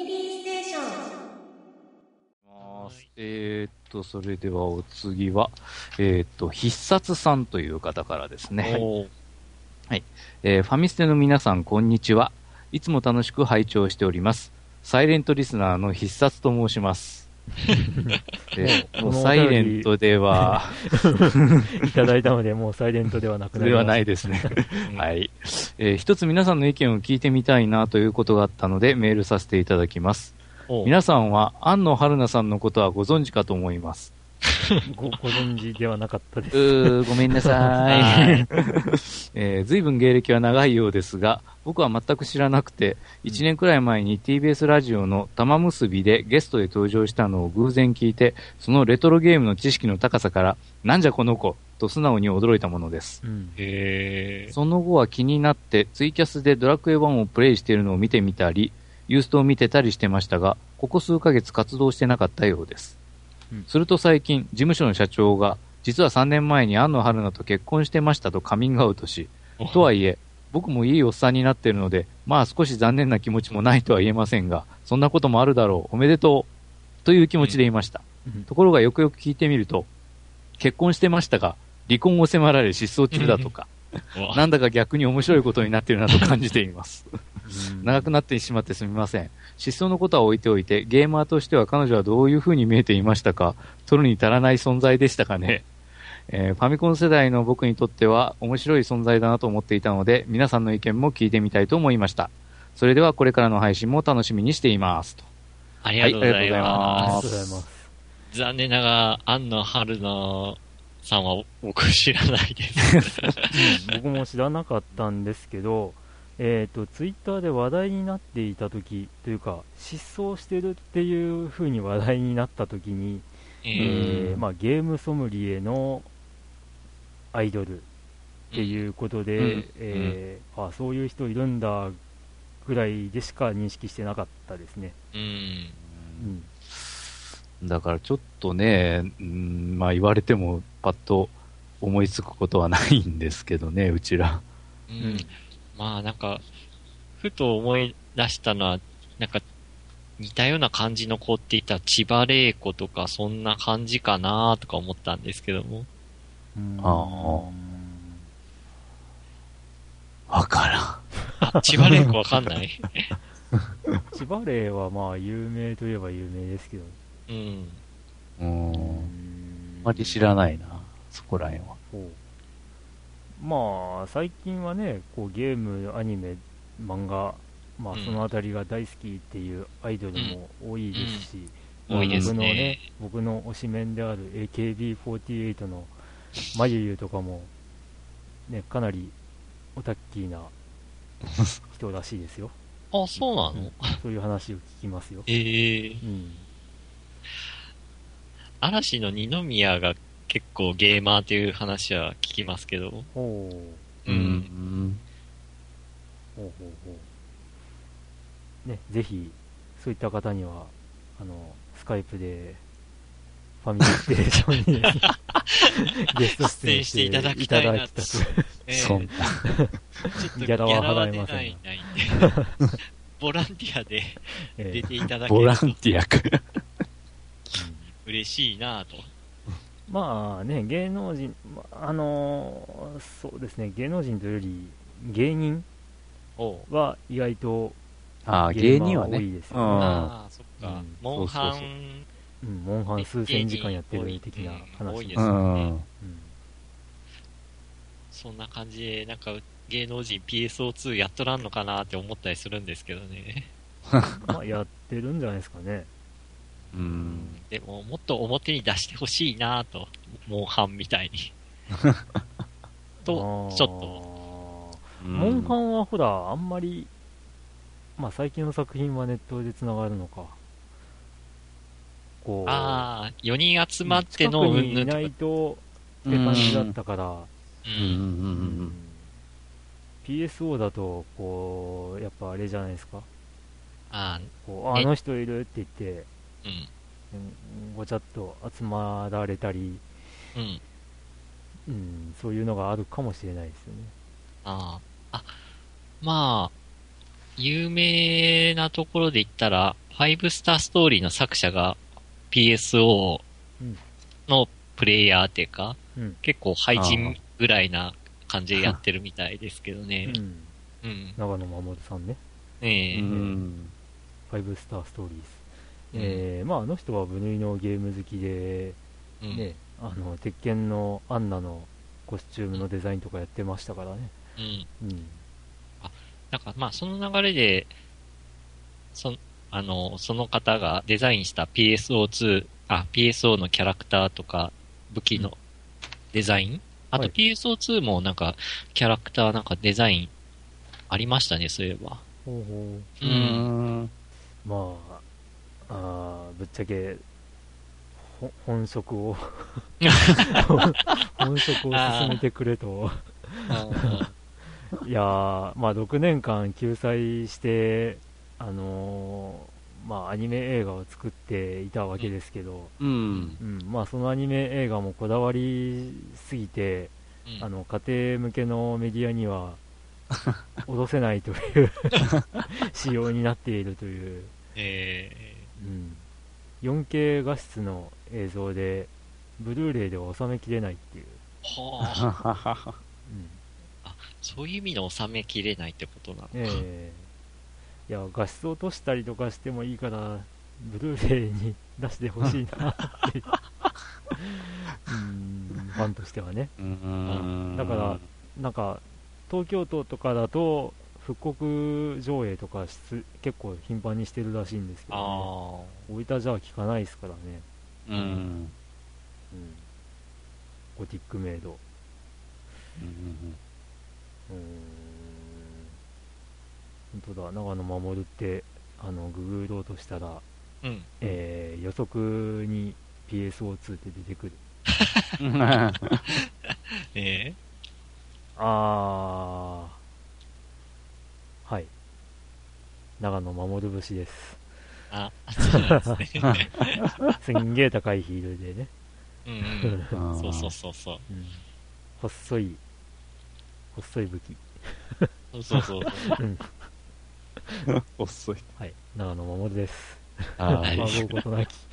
ビリーステーション。それではお次は、必殺さんという方からですね。はい。ファミステの皆さん、こんにちは。いつも楽しく拝聴しております。サイレントリスナーの必殺と申します。もうサイレントではいただいたので、もうサイレントではなくなりました。 ではないですね。はい。一つ皆さんの意見を聞いてみたいなということがあったのでメールさせていただきます。皆さんは安野春菜さんのことはご存知かと思います。 ご存知ではなかったです。 ごめんなさい。随分芸歴は長いようですが、僕は全く知らなくて、1年くらい前に TBS ラジオの玉結びでゲストで登場したのを偶然聞いて、そのレトロゲームの知識の高さから、なんじゃこの子と素直に驚いたものです。その後は気になってツイキャスでドラクエ1をプレイしているのを見てみたり、ユーストを見てたりしてましたが、ここ数ヶ月活動してなかったようです。すると最近、事務所の社長が、実は3年前に安野春菜と結婚してましたとカミングアウトし、とはいえ、僕もいいおっさんになっているので、まあ少し残念な気持ちもないとは言えませんが、そんなこともあるだろう、おめでとう、という気持ちでいました。ところがよくよく聞いてみると、結婚してましたが、離婚を迫られ失踪中だとか、なんだか逆に面白いことになっているなと感じています。長くなってしまってすみません。失踪のことは置いておいて、ゲーマーとしては彼女はどういう風に見えていましたか？取るに足らない存在でしたかね？ファミコン世代の僕にとっては面白い存在だなと思っていたので、皆さんの意見も聞いてみたいと思いました。それではこれからの配信も楽しみにしています。と。 ありがとうございます。 ありがとうございます。 残念ながら、安野春菜さんは僕知らないです。 僕も知らなかったんですけど、ツイッターで話題になっていた時というか、失踪してるっていう風に話題になった時に、まあ、ゲームソムリエのアイドルっていうことで、あ、そういう人いるんだぐらいでしか認識してなかったですね。 だからちょっとね、まあ言われてもパッと思いつくことはないんですけどね、うちら。 まあなんか、ふと思い出したのは、なんか似たような感じの子って言ったら千葉玲子とかそんな感じかなとか思ったんですけども。 わからん。千葉玲子わかんない千葉玲はまあ有名といえば有名ですけど。 あまり知らないな、そこら辺は。 まあ最近はね、こうゲーム、アニメ、漫画、まあそのあたりが大好きっていうアイドルも多いですし、 多いですね。 僕の推しメンである AKB48 のまゆゆとかもね、かなりオタッキーな人らしいですよ。 あ、そうなの？ そういう話を聞きますよ。 嵐の二宮が結構ゲーマーという話は聞きますけど。 ね、ぜひそういった方にはスカイプでファミリーステーションにゲスト出演していただきたいなと。 そんなギャラは払えませんが。ボランティアで出ていただけると。 ボランティアか。 嬉しいなぁと。 まあね、芸能人、そうですね、芸能人というより芸人は意外と芸人はね、 多いですよね。 ああ、そっか。モンハン数千時間やってる的な話多いですよね。そんな感じで、なんか芸能人 PSO2 やっとらんのかなって思ったりするんですけどね。 まあやってるんじゃないですかね。 でももっと表に出してほしいなと、モンハンみたいにとちょっとモンハンはほらあんまり、まあ最近の作品はネットでつながるのか、こう 4人集まっての近くにいないとって感じだったから、PSO だとこうやっぱあれじゃないですか、こうあの人いるって言ってごちゃっと集まられたり、そういうのがあるかもしれないですよね。 まあ有名なところで言ったら、5スターストーリーの作者が PSO のプレイヤーっていうか、 うん。 結構廃人ぐらいな感じでやってるみたいですけどね。 うん。 うん。 長野守さんね。 ええうん。 5スターストーリーズ。まあ、あの人は部類のゲーム好きで、 うん。 ね、鉄拳のアンナのコスチュームのデザインとかやってましたからね。 うん。 うん。 なんかまあその流れで、その方がデザインした PSO のキャラクターとか武器のデザイン、あとはい PSO2 もなんかキャラクターなんかデザインありましたね、そういえば。 ほうほう。 うんん。 う。ぶっちゃけ、本職を本職を進めてくれと。いやー、まあ6年間救済して、まあアニメ映画を作っていたわけですけど、 うん。 まあそのアニメ映画もこだわりすぎて、 うん、 家庭向けのメディアには脅せないという仕様になっているという、4K 画質の映像でブルーレイでは収めきれないっていう、 はあ、 うんそういう意味の収めきれないってことなのか。 いや画質を落としたりとかしてもいいからブルーレイに出してほしいなってファンとしてはね。だからなんか東京都とかだと復刻上映とか結構頻繁にしてるらしいんですけど、ね、大分じゃ聞かないですからね。ゴティックメイド。本当だ、長野守ってググろうとしたら、予測に PSO2 って出てくる。はい、長野守節です。 そうなんですね。 すんげえ高いヒールでね。 そう。 細い武器。 そう。 遅い。 はい、長野守です。 あまごうことなき。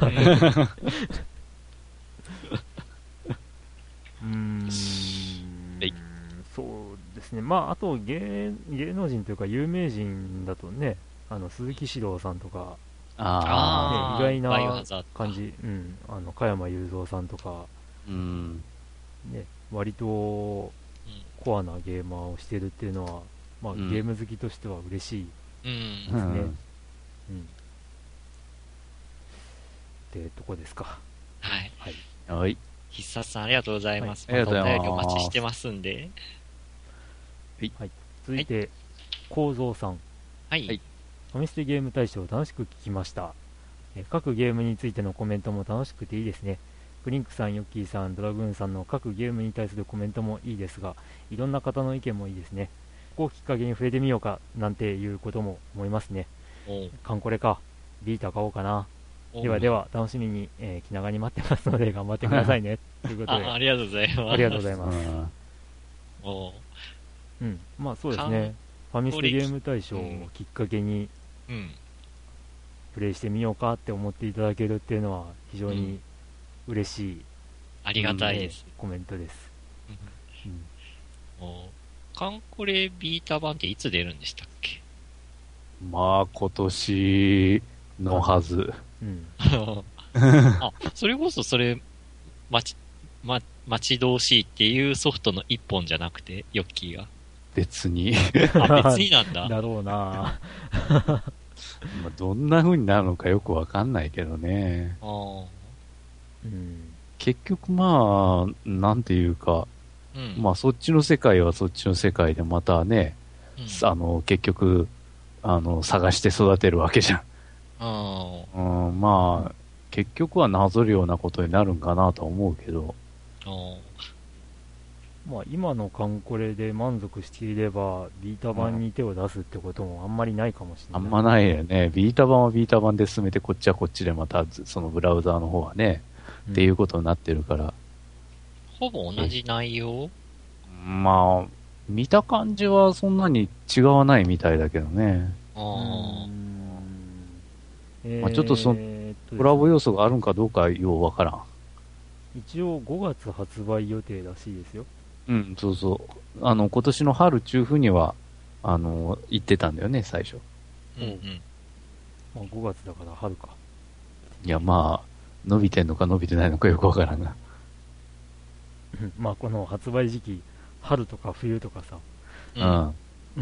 そうですね。まああと芸能人というか有名人だとね、鈴木史郎さんとか、意外な感じ、加山雄三さんとか、ね、割とコアなゲーマーをしてるっていうのは、まあ、ゲーム好きとしては嬉しいですね。ってとこですか。 はい。必殺さんありがとうございます。 またお便りお待ちしてますんで。 続いて、幸三さん。ファミステゲーム大賞楽しく聞きました。各ゲームについてのコメントも楽しくていいですね。クリンクさん、ヨッキーさん、ドラグーンさんの各ゲームに対するコメントもいいですが、いろんな方の意見もいいですね。ここをきっかけに触れてみようかなんていうことも思いますね。カンコレか、ビータ買おうかな。では楽しみに、気長に待ってますので頑張ってくださいね。ということでありがとうございます。 ありがとうございます。まあそうですね。ファミステゲーム大賞をきっかけに、プレイしてみようかって思っていただけるっていうのは非常に嬉しい、 ありがたいです。 コメントです。 カンコレビータ版っていつ出るんでしたっけ？ まあ今年のはず。 それこそそれ待ち遠しいっていうソフトの一本じゃなくて、ヨッキーが。 別に。 別になんだ。 だろうなどんな風になるのかよくわかんないけどね。結局まあ、なんていうか、まあそっちの世界はそっちの世界でまたね、結局、探して育てるわけじゃん。まあ、結局はなぞるようなことになるんかなとは思うけど。 まあ今のカンコレで満足していればビータ版に手を出すってこともあんまりないかもしれない。 あんまないよね。ビータ版はビータ版で進めてこっちはこっちでまたそのブラウザーの方はね、っていうことになってるから。 ほぼ同じ内容？ まあ、 見た感じはそんなに違わないみたいだけどね。 あまあちょっとコラボ要素があるんかどうかようわからん。 一応5月発売予定らしいですよ。 うん、そうそう。今年の春中風には、言ってたんだよね、最初。 うんうん。 まあ5月だから春か。 いや、まあ、伸びてんのか伸びてないのかよくわからんが。 まあこの発売時期、春とか冬とかさ、 うん。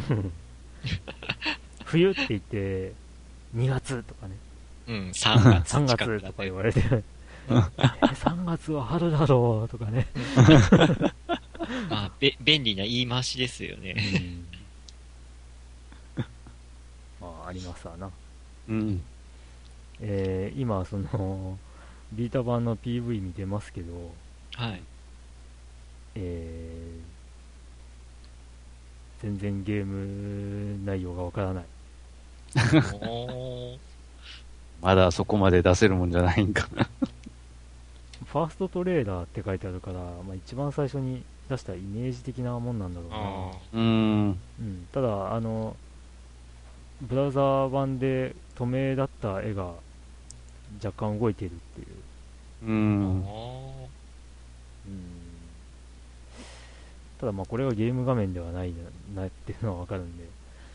冬って言って、2月とかね。 うん、3月。 3月とか言われて、3月は春だろうとかね。 まあ、便利な言い回しですよね。 まあ、ありますわな。 うん。 今、ビータ版の PV 見てますけど、 はい。 全然ゲーム内容がわからない。 まだそこまで出せるもんじゃないんかな。 ファーストトレーラーって書いてあるから、まあ、一番最初に出したイメージ的なもんなんだろうな。ただ、ブラウザー版で透明だった絵が若干動いてるっていう。ただまあこれはゲーム画面ではないなっていうのはわかるんで。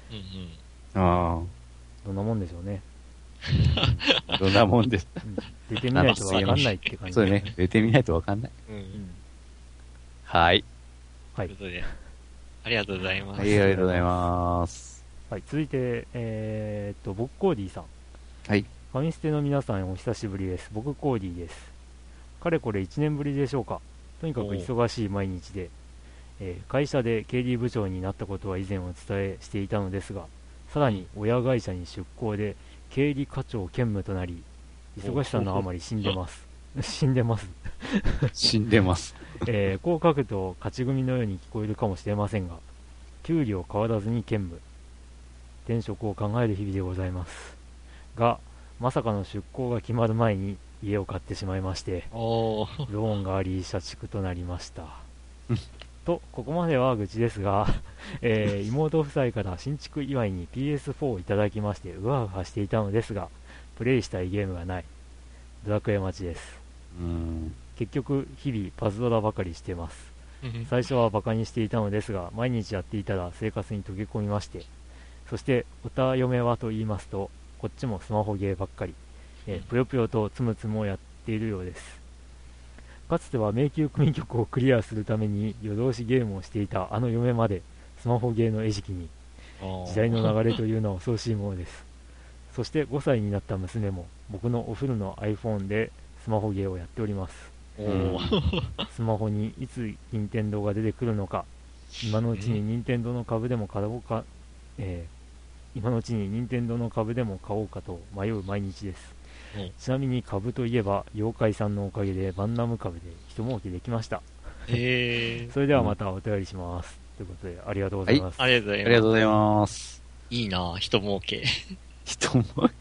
どんなもんでしょうね。 どんなもんです。 出てみないとわかんないって感じ。 そうね。出てみないとわかんない。はい。 はい。 ということで、ありがとうございます。 はい、ありがとうございます。 はい、続いて、僕コーディさん。 はい。 ファミステの皆さんお久しぶりです。僕コーディです。かれこれ1年ぶりでしょうか。とにかく忙しい毎日で、会社で経理部長になったことは以前お伝えしていたのですが、さらに親会社に出向で経理課長兼務となり、忙しさのあまり死んでます。死んでます。 死んでます。 こう書くと勝ち組のように聞こえるかもしれませんが、給料変わらずに兼務。転職を考える日々でございます。が、まさかの出向が決まる前に家を買ってしまいまして、ローンがあり社畜となりました。と、ここまでは愚痴ですが、妹夫妻から新築祝いに PS4 をいただきまして、うわうわしていたのですが、プレイしたいゲームがない。ドラクエ待ちです。結局、日々パズドラばかりしてます。最初はバカにしていたのですが、毎日やっていたら生活に溶け込みまして、そしておた嫁はと言いますと、こっちもスマホゲーばっかり、ぷよぷよとつむつむをやっているようです。かつては迷宮組曲をクリアするために夜通しゲームをしていたあの嫁までスマホゲーの餌食に。時代の流れというのは恐ろしいものです。そして5歳になった娘も僕のお古の iPhone でスマホゲーをやっております。スマホにいつ任天堂が出てくるのか、今のうちに任天堂の株でも買おうか、今のうちに任天堂の株でも買おうかと迷う毎日です。ちなみに株といえば妖怪さんのおかげでバンナム株で一儲けできました。それではまたお便りします、ということでありがとうございます。 ありがとうございます。いいなぁ、人儲け。 人儲け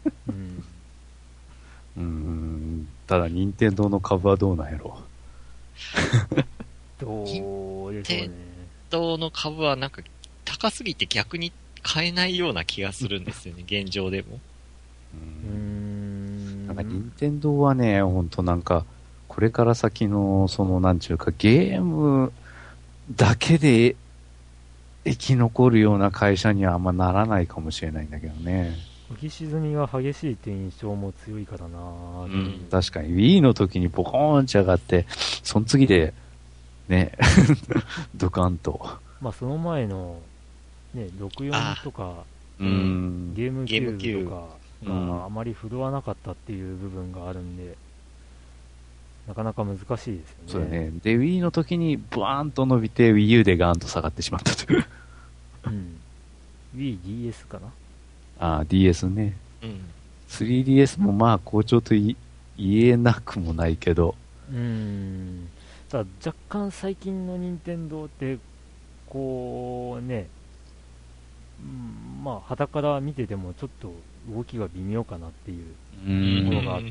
ただ任天堂の株はどうなんやろどうでしょうね。 任天堂の株はなんか高すぎて逆に買えないような気がするんですよね、現状でも。 なんか任天堂はね、ほんとなんか、これから先の、なんちゅうか、ゲームだけで生き残るような会社にはあんまならないかもしれないんだけどね。 浮き沈みが激しいっていう印象も強いからな、 確かに Wii の時にボコーンって上がって、その次で、ね、ドカンと。 まあその前の、ね、64とか、ゲームキューブとかがあまり振るわなかったっていう部分があるんで、なかなか難しいですよね。 そうだね。で、Wii の時にブワーンと伸びて Wii U でガーンと下がってしまったという。 Wii DS かな。 DS ね。3DS もまあ好調と言えなくもないけど。 ただ若干最近の任天堂ってこうね、まあ傍から見ててもちょっと動きが微妙かなっていうものがあって、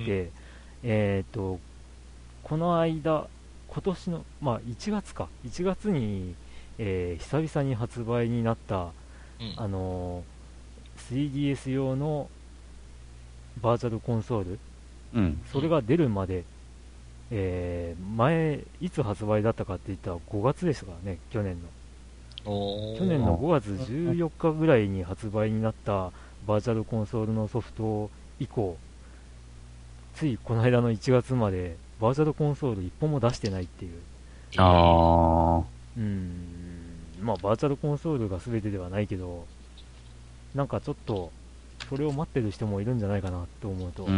この間、今年の、まあ1月に、 久々に発売になった、 うん。 3DS 用のバーチャルコンソール、 うん。 それが出るまで、前、いつ発売だったかって言ったら5月でしたからね、去年の。 おー。 去年の5月14日ぐらいに発売になったバーチャルコンソールのソフト以降、ついこの間の1月までバーチャルコンソール1本も出してないっていう。 ああ。 まあバーチャルコンソールが全てではないけど、なんかちょっとそれを待ってる人もいるんじゃないかなと思うと、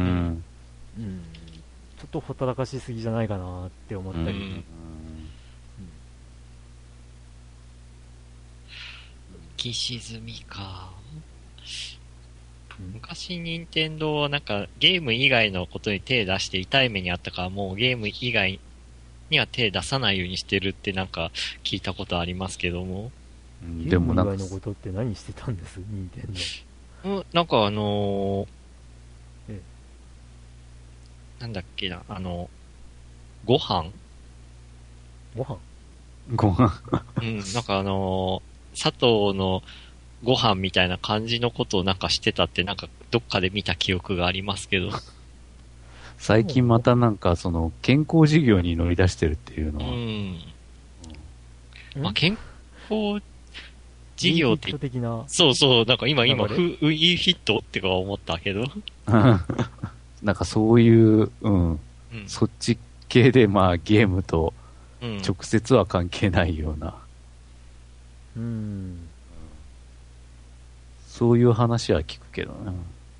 ちょっとほったらかしすぎじゃないかなって思ったり、 浮き沈みか。 うん昔任天堂はなんかゲーム以外のことに手出して痛い目にあったからもうゲーム以外には手出さないようにしてるってなんか聞いたことありますけども。 ゲーム以外のことって何してたんです、任天堂。 なんかえなんだっけな、ご飯ご飯ご飯。 なんか佐藤のご飯みたいな感じのことをなんかしてたってなんかどっかで見た記憶がありますけど。 最近またなんかその健康事業に乗り出してるっていうのは。 まあ、健康事業って的な。 そうそう、なんか今、 ウィーフィットってか思ったけど。 なんかそういう、そっち系でまあゲームと直接は関係ないような。そういう話は聞くけどな。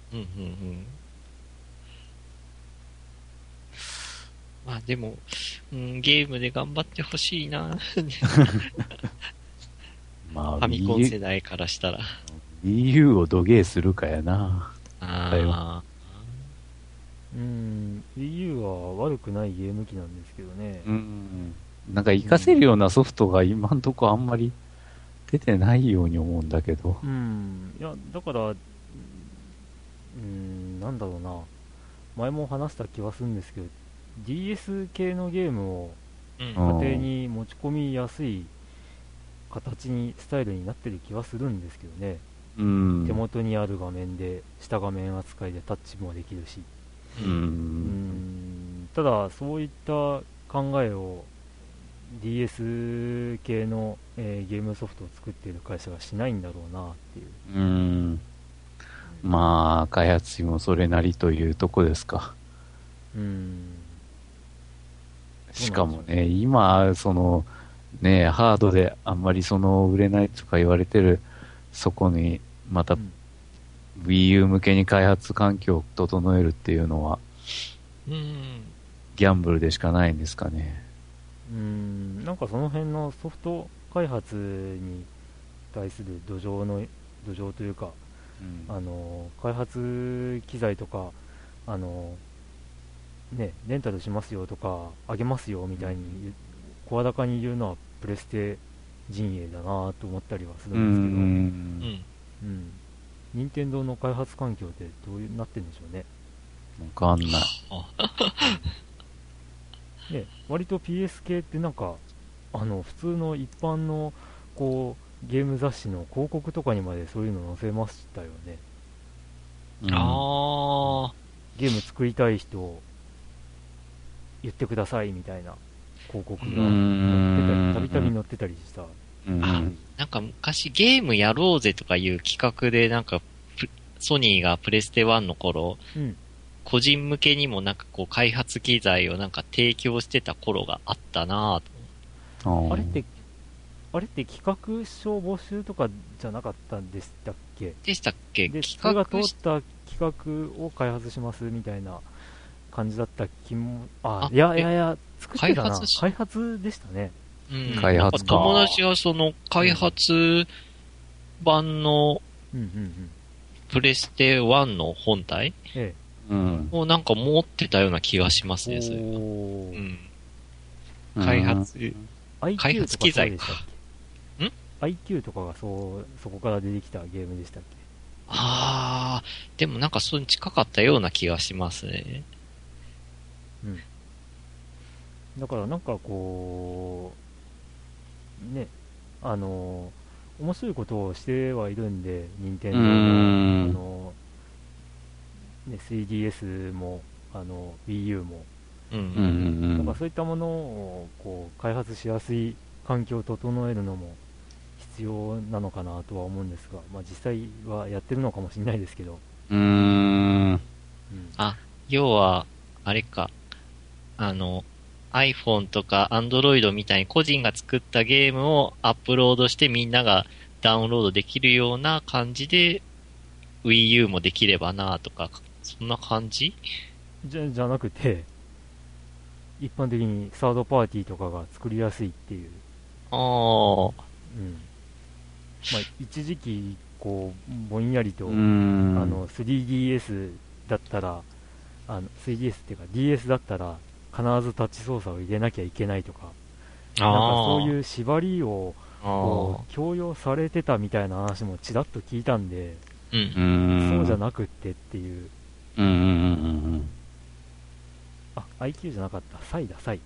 まあでも、ゲームで頑張ってほしいな。 まあ、 ファミコン世代からしたら。 Wii U を土下するかやな。 Wii U は悪くないゲーム機なんですけどね。 なんか活かせるようなソフトが今んとこあんまり出てないように思うんだけど。 いや、だから、なんだろうな。前も話した気はするんですけど、DS 系のゲームを家庭に持ち込みやすい形に、スタイルになってる気はするんですけどね。手元にある画面で、下画面扱いでタッチもできるし。ただ、そういった考えを DS 系の、ゲームソフトを作っている会社がしないんだろうなっていう。 まあ、開発費もそれなりというとこですか。しかもね、今、その、ね、ハードであんまりその売れないとか言われてる、そこにまた Wii U 向けに開発環境を整えるっていうのは、ギャンブルでしかないんですかね。 なんかその辺のソフト開発に対する土壌というか、開発機材とか、レンタルしますよとか、あげますよみたいに声高に言うのはプレステ陣営だなと思ったりはするんですけど、任天堂の開発環境ってどうなってるんでしょうね。 わかんない。 割と PS 系ってなんか普通の一般のこうゲーム雑誌の広告とかにまでそういうの載せましたよね。ゲーム作りたい人言ってくださいみたいな広告が載ってたり、たびたび載ってたりした。 なんか昔ゲームやろうぜとかいう企画でなんかソニーがプレステ1の頃、個人向けにもなんかこう開発機材をなんか提供してた頃があったなぁと。 あれって企画書募集とかじゃなかったんでしたっけ？ でしたっけ？ で、それが通った企画を開発しますみたいな感じだった気も、いや、作ってたな。開発でしたね。 開発か。 友達がその開発版のプレステ1の本体をなんか持ってたような気がしますね、それは。開発機材か。 IQ とかがそこから出てきたゲームでしたっけ？ でもなんかそれに近かったような気がしますね。 だからなんかこう、 面白いことをしてはいるんで、任天堂も、3DS も、Wii U も、だからそういったものをこう開発しやすい環境を整えるのも必要なのかなとは思うんですが、まあ、実際はやってるのかもしれないですけど。 要は、あれか、iPhone とか Android みたいに個人が作ったゲームをアップロードしてみんながダウンロードできるような感じで Wii U もできればなとか、そんな感じじゃなくて、一般的にサードパーティーとかが作りやすいっていう。まあ、一時期、こう、ぼんやりと、3DS だったら、3DS っていうか DS だったら、必ずタッチ操作を入れなきゃいけないとか、なんかそういう縛りをこう強要されてたみたいな話もちらっと聞いたんで、そうじゃなくってっていう。IQ じゃなかった。サイだ、サイ。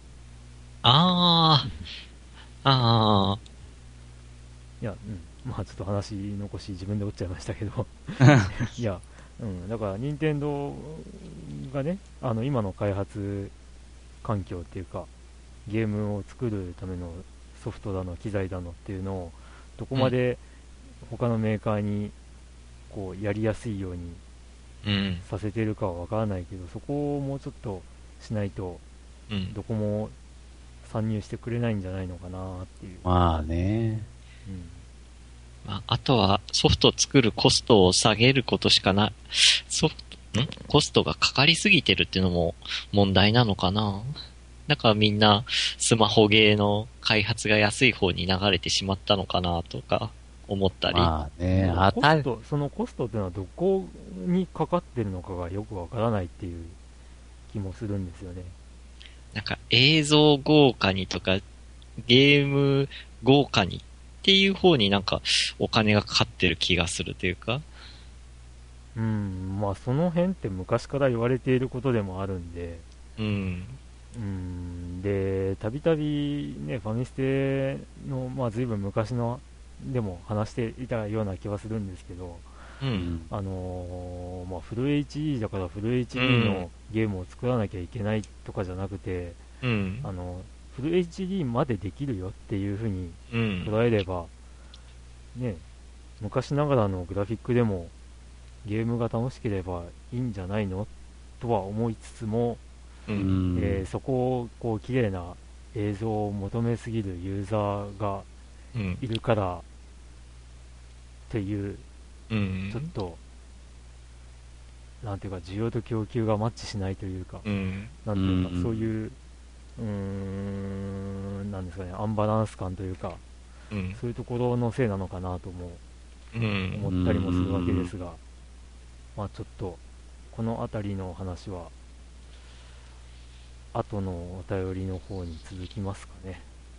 いや、まあちょっと話残し自分で折っちゃいましたけど。いや、だから任天堂がね、今の開発環境っていうか、ゲームを作るためのソフトだの機材だのっていうのをどこまで他のメーカーにこうやりやすいようにさせてるかはわからないけど、そこをもうちょっとしないとどこも参入してくれないんじゃないのかなっていう。 まあね、 あとはソフトを作るコストを下げることしかない。コストがかかりすぎてるっていうのも問題なのかな。だからみんなスマホゲーの開発が安い方に流れてしまったのかなとか思ったり。 まあね、そのコストっていうのはどこにかかってるのかがよくわからないっていう気もするんですよね。 なんか映像豪華にとかゲーム豪華にっていう方になんかお金がかかってる気がするというか。 まあその辺って昔から言われていることでもあるんで。で、たびたびね、ファミステの、まあ随分昔のでも話していたような気はするんですけど、まあフル HD だからフル HD のゲームを作らなきゃいけないとかじゃなくて、フル HD までできるよっていう風に捉えれば、ね、昔ながらのグラフィックでもゲームが楽しければいいんじゃないのとは思いつつも、そこをこう綺麗な映像を求めすぎるユーザーがいるからっていう、ちょっとなんていうか需要と供給がマッチしないというか、なんていうかそういうなんですかね、アンバランス感というか、そういうところのせいなのかなとも思ったりもするわけですが、まあちょっとこの辺りの話は後のお便りの方に続きますかね。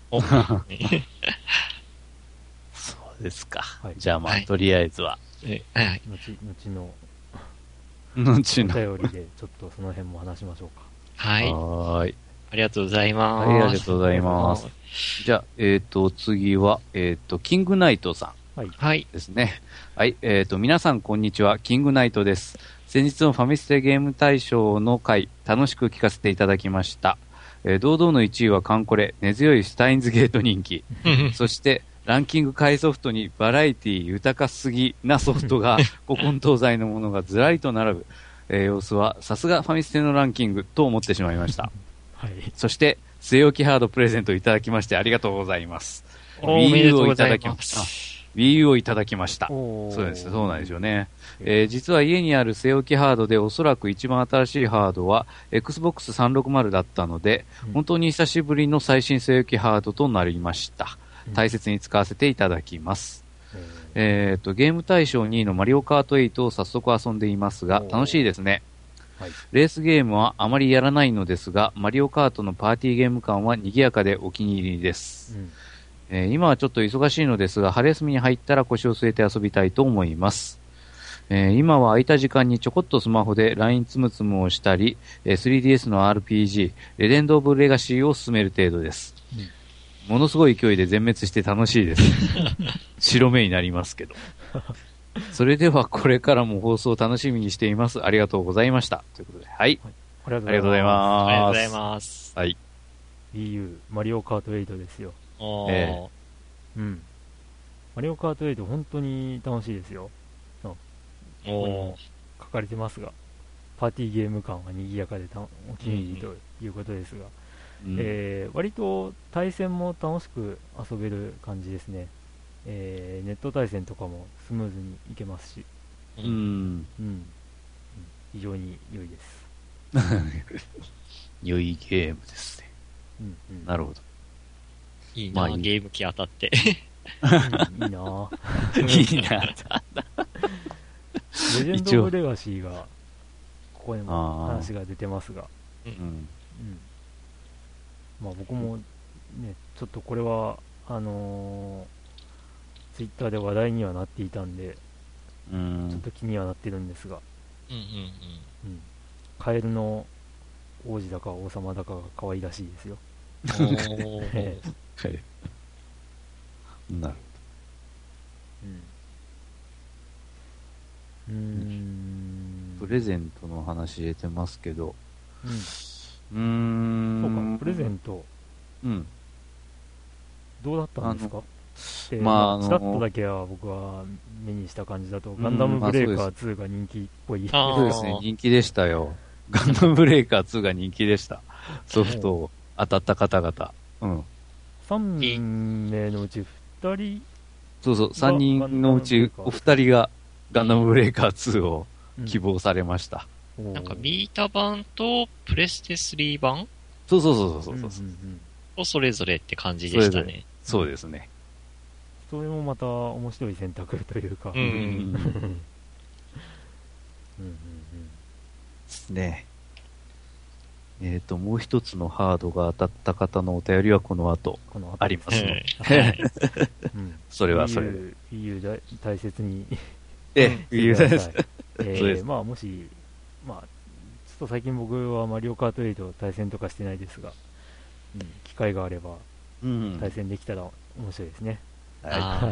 そうですか。じゃあまあとりあえずは後のお便りでちょっとその辺も話しましょうか。 はい。 ありがとうございます。 ありがとうございます。じゃあ、次は、キングナイトさん。ですね。はい。皆さんこんにちは。キングナイトです。先日のファミステゲーム大賞の回、楽しく聞かせていただきました。堂々の1位はカンコレ、根強いスタインズゲート人気。そして、ランキング下位ソフトにバラエティ豊かすぎなソフトが古今東西のものがずらりと並ぶ、様子はさすがファミステのランキングと思ってしまいました。そして据え置きハードプレゼントいただきましてありがとうございます。Wii U をいただきました。Wii U をいただきました。そうです。そうなんですよね。実は家にある据え置きハードでおそらく一番新しいハードは Xbox 360だったので、本当に久しぶりの最新据え置きハードとなりました。大切に使わせていただきます。ゲーム大賞2位のマリオカート8を早速遊んでいますが、楽しいですね。レースゲームはあまりやらないのですが、マリオカートのパーティーゲーム感は賑やかでお気に入りです。今はちょっと忙しいのですが、春休みに入ったら腰を据えて遊びたいと思います。今は空いた時間にちょこっとスマホで LINE つむつむをしたり、3DS の RPG、レジェンド・オブ・レガシーを進める程度です。 ものすごい勢いで全滅して楽しいです。白目になりますけど。それではこれからも放送を楽しみにしています。ありがとうございました。ということで、はい。 ありがとうありがとうございます。 ありがとうございます。 はい。 Wii U、マリオカート8ですよ。うん。マリオカート8、本当に楽しいですよ。ここにも書かれてますが、パーティーゲーム感は賑やかでお気に入りということですが、割と対戦も楽しく遊べる感じですね。ネット対戦とかもスムーズにいけますし、非常に良いです。 良いゲームですね。なるほど。 いいな、ゲーム機当たって。 いいないいなレジェンド・オブ・レガシーがここにも話が出てますが、まあ僕もね、ちょっとこれはツイッターで話題にはなっていたんで、ちょっと気にはなってるんですが、カエルの王子だか王様だかが可愛らしいですよ。 なるほど。プレゼントの話入れてますけど、 そうか、プレゼント、どうだったんですか？まあ、チラッとだけは僕は目にした感じだと、ガンダムブレイカー2が人気っぽい。 そうですね、人気でしたよ。ガンダムブレイカー2が人気でした。ソフトを当たった方々。 3名のうち2人、 そうそう、3人のうちお二人がガンダムブレイカー2を希望されました。 なんかビータ版とプレステ3版そう。 それぞれって感じでしたね。 そうですね。 それもまた面白い選択というか。 ですね。もう一つのハードが当たった方のお便りはこの後ありますので。それはそれで。 Wii U 大切に。 Wii U 大切に。 まあもし、ちょっと最近僕はマリオカート8対戦とかしてないですが、機会があれば対戦できたら面白いですね。 はい。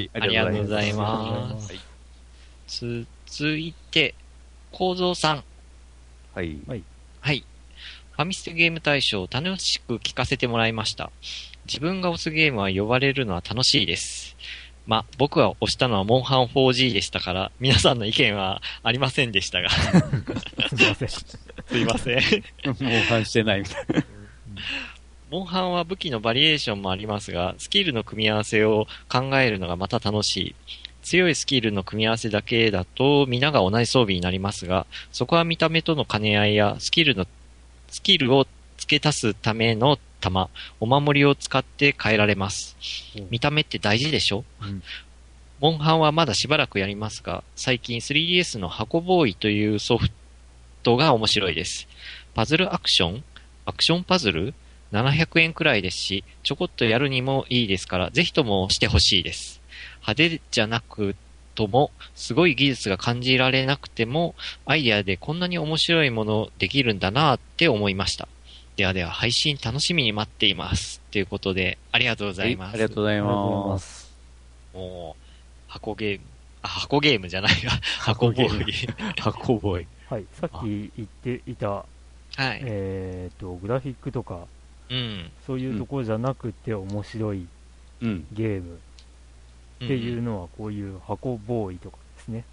ありがとうございます。続いて、構造さん。 はい。 ファミステゲーム大賞楽しく聞かせてもらいました。自分が押すゲームは呼ばれるのは楽しいです。僕が押したのはモンハン 4G でしたから、皆さんの意見はありませんでしたが。すいません。 モンハンしてないみたいな。 モンハンは武器のバリエーションもありますが、スキルの組み合わせを考えるのがまた楽しい。強いスキルの組み合わせだけだと皆が同じ装備になりますが、そこは見た目との兼ね合いやスキルを付け足すための弾、お守りを使って変えられます。見た目って大事でしょ？モンハンはまだしばらくやりますが、最近 3DS の箱ボーイというソフトが面白いです。パズルアクションパズル700円くらいですし、ちょこっとやるにもいいですから、ぜひともしてほしいです。派手じゃなくとも、すごい技術が感じられなくても、アイデアでこんなに面白いものできるんだなって思いました。では配信楽しみに待っています。ということで、ありがとうございます。 ありがとうございます。 もう、箱ゲームじゃないが、箱ボーイ。 箱ボーイ。 はい、さっき言っていた、グラフィックとか、そういうところじゃなくて面白いゲームっていうのはこういう箱ボーイとかですね。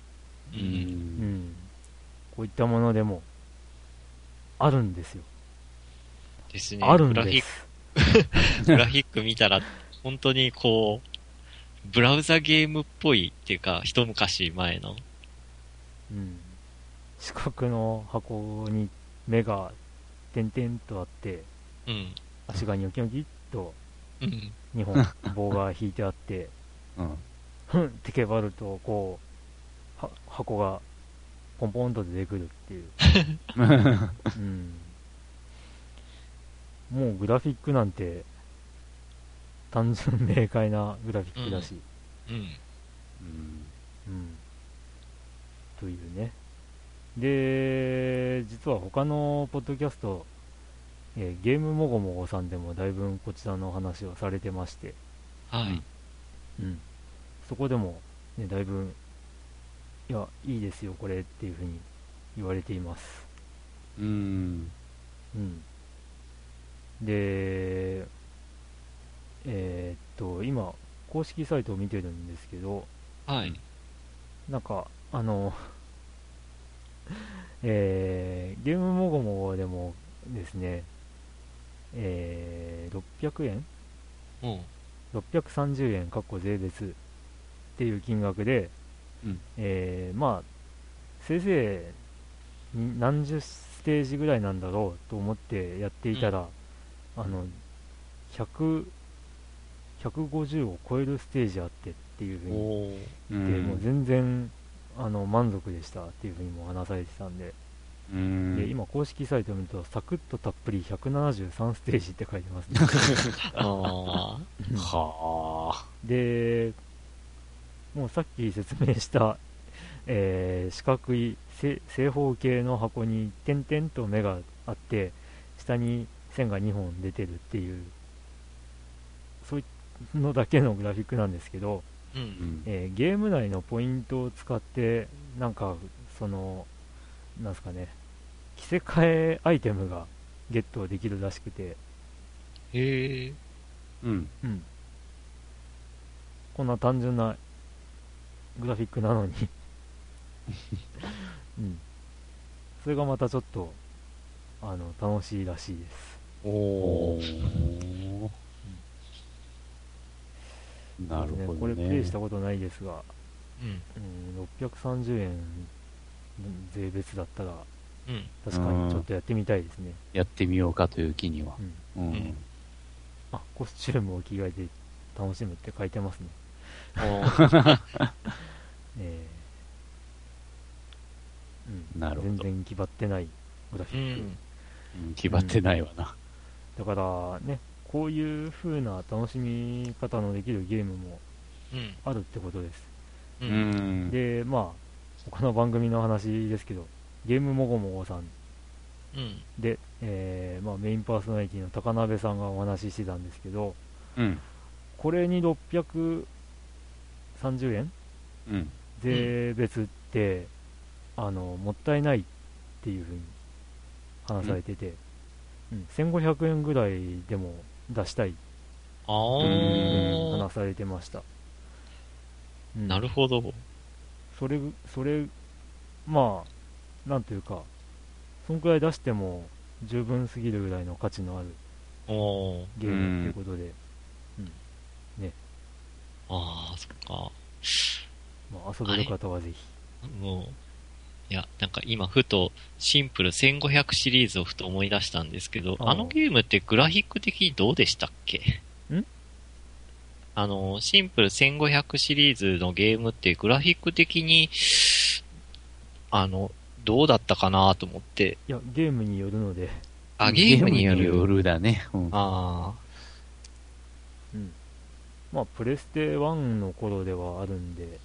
こういったものでもあるんですよ。 ですね。 あるんです。 グラフィック見たら本当にこうブラウザゲームっぽいっていうか一昔前の。 四角の箱に目が点々とあって。足がニョキニョキっと2本棒が引いてあって、ふんってけばるとこう箱がポンポンと出てくるっていう、もうグラフィックなんて単純明快なグラフィックだし、というね。で実は他のポッドキャストゲームもごもごさんでもだいぶこちらの話をされてまして、 はい。 そこでも、ね、だいぶ、いや、いいですよ、これっていうふうに言われています。で、今、公式サイトを見てるんですけど、 はい。 なんか、ゲームもごもごでもですね、600円 ?630 円、かっこ税別っていう金額で、まあ、せいぜい何十ステージぐらいなんだろうと思ってやっていたら、100、150を超えるステージあってっていう風に言って、もう全然満足でしたっていう風にも話されてたんで、で今公式サイトを見るとサクッとたっぷり173ステージって書いてますね。はあ。で、もうさっき説明した、四角い正方形の箱に点々と目があって下に線が2本出てるっていう、そういうのだけのグラフィックなんですけど、ゲーム内のポイントを使ってなんかなんすかね、着せ替えアイテムがゲットできるらしくて、 へえ。 こんな単純なグラフィックなのにそれがまたちょっと楽しいらしいです。 なるほどね。 これプレイしたことないですが、630円税別だったら、確かにちょっとやってみたいですね。 やってみようかという気には。 あ、コスチュームを着替えて楽しむって書いてますね。 なるほど。 全然気張ってないグラフィック。 気張ってないわな。 だからね、こういう風な楽しみ方のできるゲームもあるってことです。で、まあ、他の番組の話ですけど、ゲームもごもごさんで、まあ、メインパーソナリティの高鍋さんがお話ししてたんですけど、これに630円、税別って、もったいないっていう風に話されてて、1500円ぐらいでも出したいという風に話されてました。 なるほど。 それ、まあ、なんというか、そんくらい出しても十分すぎるぐらいの価値のあるゲームっていうことで、ね。 ああ、そっか。 まあ、遊べる方はぜひ。 いや、なんか今ふとシンプル1500シリーズをふと思い出したんですけど、あのゲームってグラフィック的にどうでしたっけ？シンプル1500シリーズのゲームってグラフィック的に、どうだったかなと思って。 いや、ゲームによるので。 あ、ゲームによるだね。 ああ。 まあ、プレステ1の頃ではあるんで。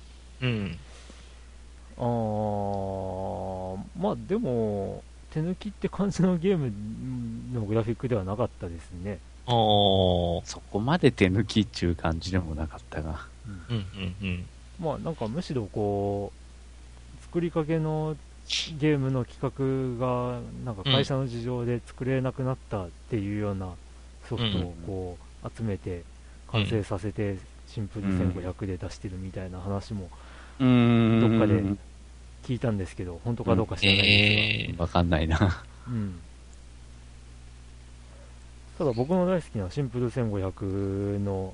まあでも、手抜きって感じのゲームのグラフィックではなかったですね。 そこまで手抜きっていう感じでもなかったが。 まあなんかむしろこう、作りかけのゲームの企画が、なんか会社の事情で作れなくなったっていうようなソフトをこう集めて、完成させて、シンプル1500で出してるみたいな話も、どっかで聞いたんですけど、本当かどうか知らないですが。 わかんないな。 ただ僕の大好きなシンプル1500の、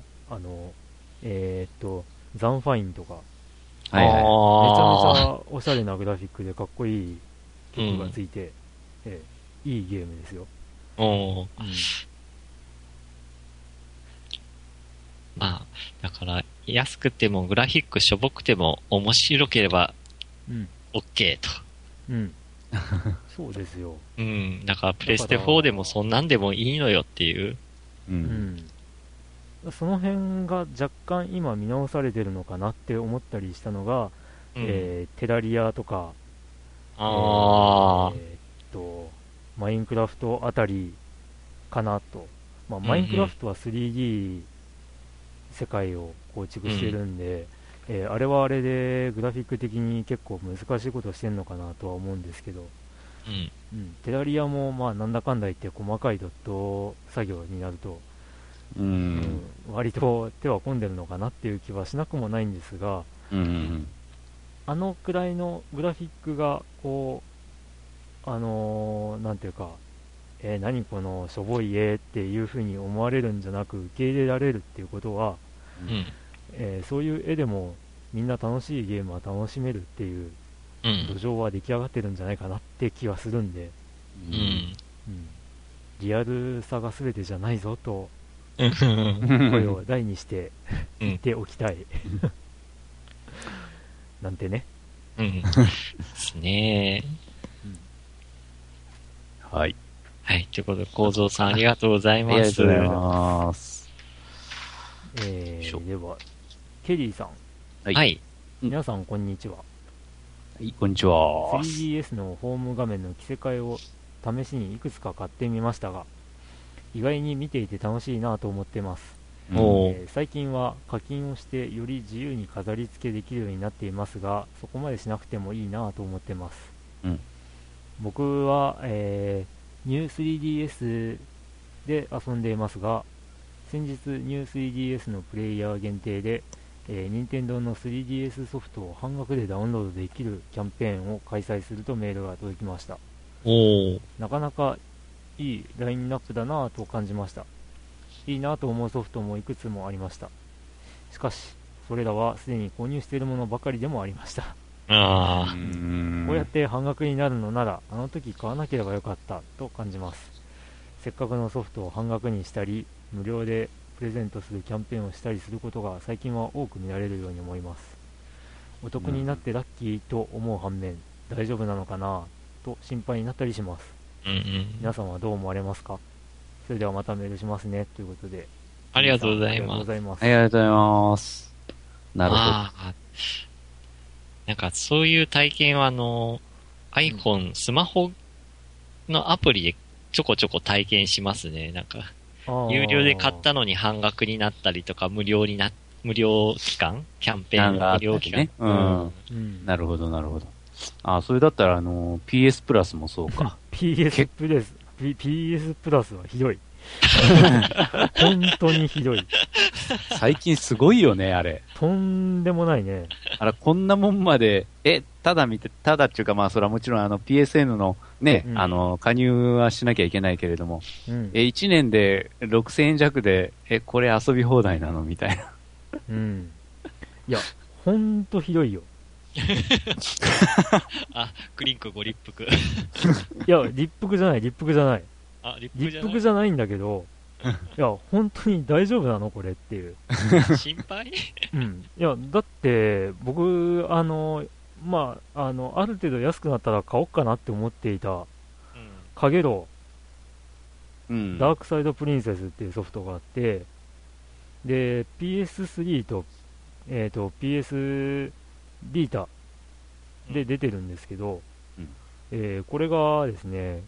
ザンファインとか、めちゃめちゃおしゃれなグラフィックでかっこいい曲がついて、いいゲームですよ。 まあ、だから、安くてもグラフィックしょぼくても面白ければ、OK と。 そうですよ。 だからプレステ4でもそんなんでもいいのよっていう。 その辺が若干今見直されてるのかなって思ったりしたのが、テラリアとか、マインクラフトあたりかなと。まあ、マインクラフトは 3D 世界を構築してるんで、あれはあれでグラフィック的に結構難しいことをしてるのかなとは思うんですけど、テラリアもまあなんだかんだ言って細かいドット作業になると、割と手は込んでるのかなっていう気はしなくもないんですが、あのくらいのグラフィックがこうなんていうか、何このしょぼい絵っていう風に思われるんじゃなく受け入れられるっていうことは、そういう絵でもみんな楽しいゲームは楽しめるっていう土壌は出来上がってるんじゃないかなって気はするんで、リアルさが全てじゃないぞと声を大にして言っておきたいなんてね。 ですね。 はい。 はい、ということで、構造さんありがとうございます。 ありがとうございます。 では、ケリーさん。 はい。 皆さん、こんにちは。 はい、こんにちは。 3DS のホーム画面の着せ替えを試しにいくつか買ってみましたが、意外に見ていて楽しいなと思ってます。最近は課金をしてより自由に飾り付けできるようになっていますが、そこまでしなくてもいいなと思ってます。僕は、ニュー 3DS で遊んでいますが、先日ニュー 3DS のプレイヤー限定で、任天堂の 3DS ソフトを半額でダウンロードできるキャンペーンを開催するとメールが届きました。なかなかいいラインナップだなぁと感じました。いいなと思うソフトもいくつもありました。しかしそれらはすでに購入しているものばかりでもありました。こうやって半額になるのならあの時買わなければよかったと感じます。せっかくのソフトを半額にしたり無料でプレゼントするキャンペーンをしたりすることが最近は多く見られるように思います。お得になってラッキーと思う反面、大丈夫なのかなと心配になったりします。皆さんはどう思われますか？それではまたメールしますねということで、 ありがとうございます。 ありがとうございます。なるほど。 なんかそういう体験はiPhone、スマホのアプリでちょこちょこ体験しますね。なんか有料で買ったのに半額になったりとか、無料期間キャンペーンの無料期間。 なるほど、なるほど。それだったらPS プラスもそうか。 PS プラスはひどい。本当にひどい。 最近すごいよね、あれ。 とんでもないね。 こんなもんまで、ただっていうか、まあ、それはもちろんPSN のね、加入はしなきゃいけないけれども、1年で6000円弱で、これ遊び放題なのみたいな。 いや、ほんとひどいよ。 クリンクご立腹。 いや、立腹じゃない。立腹じゃないんだけど、いや、本当に大丈夫なのこれっていう。 心配？ いや、だって、僕、ある程度安くなったら買おうかなって思っていた、かげろう、ダークサイドプリンセスっていうソフトがあって、で、PS3 と、PS ビータで出てるんですけど、これがですね、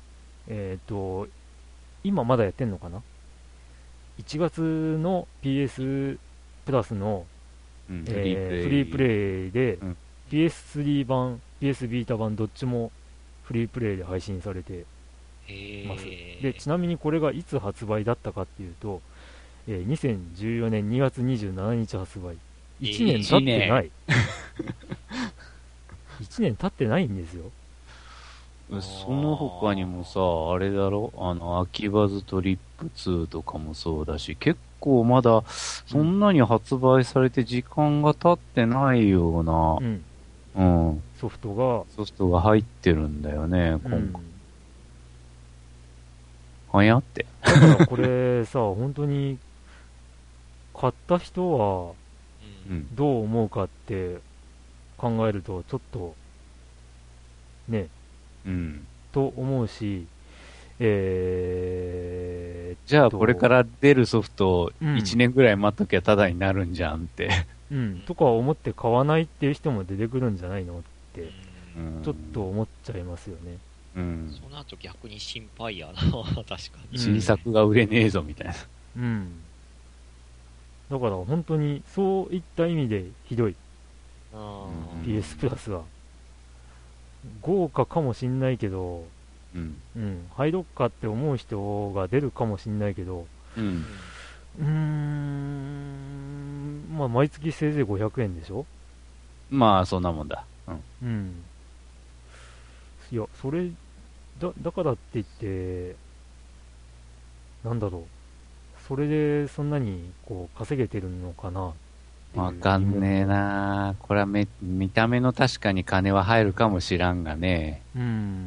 今まだやってんのかな ?1 月の PS プラスの、フリープレイで、PS3 版、PS ビータ版どっちもフリープレイで配信されてます。で、ちなみにこれがいつ発売だったかっていうと、2014年2月27日発売。1年経ってない。1年経ってないんですよ。 その他にもさ、あれだろ、秋葉ズトリップ2とかもそうだし、結構まだそんなに発売されて時間が経ってないような、 ソフトが入ってるんだよね、今回。はやって。 だからこれさ、本当に買った人はどう思うかって考えるとちょっとね、と思うし、じゃあこれから出るソフトを1年ぐらい待っときゃタダになるんじゃんって、 とか思って買わないっていう人も出てくるんじゃないのってちょっと思っちゃいますよね。 うん。 その後逆に心配やな、確かに。 新作が売れねえぞ、みたいな。 うん。だから本当にそういった意味でひどい。PS プラスは。豪華かもしんないけど、 うん。 うん、入ろっかって思う人が出るかもしんないけど、 うん。 まあ毎月せいぜい500円でしょ。 まあ、そんなもんだ。 うん。いや、それ、だからって言って、なんだろう。それでそんなにこう稼げてるのかなっていうわかんねえな。これは見た目の確かに金は入るかもしらんがね。 うん。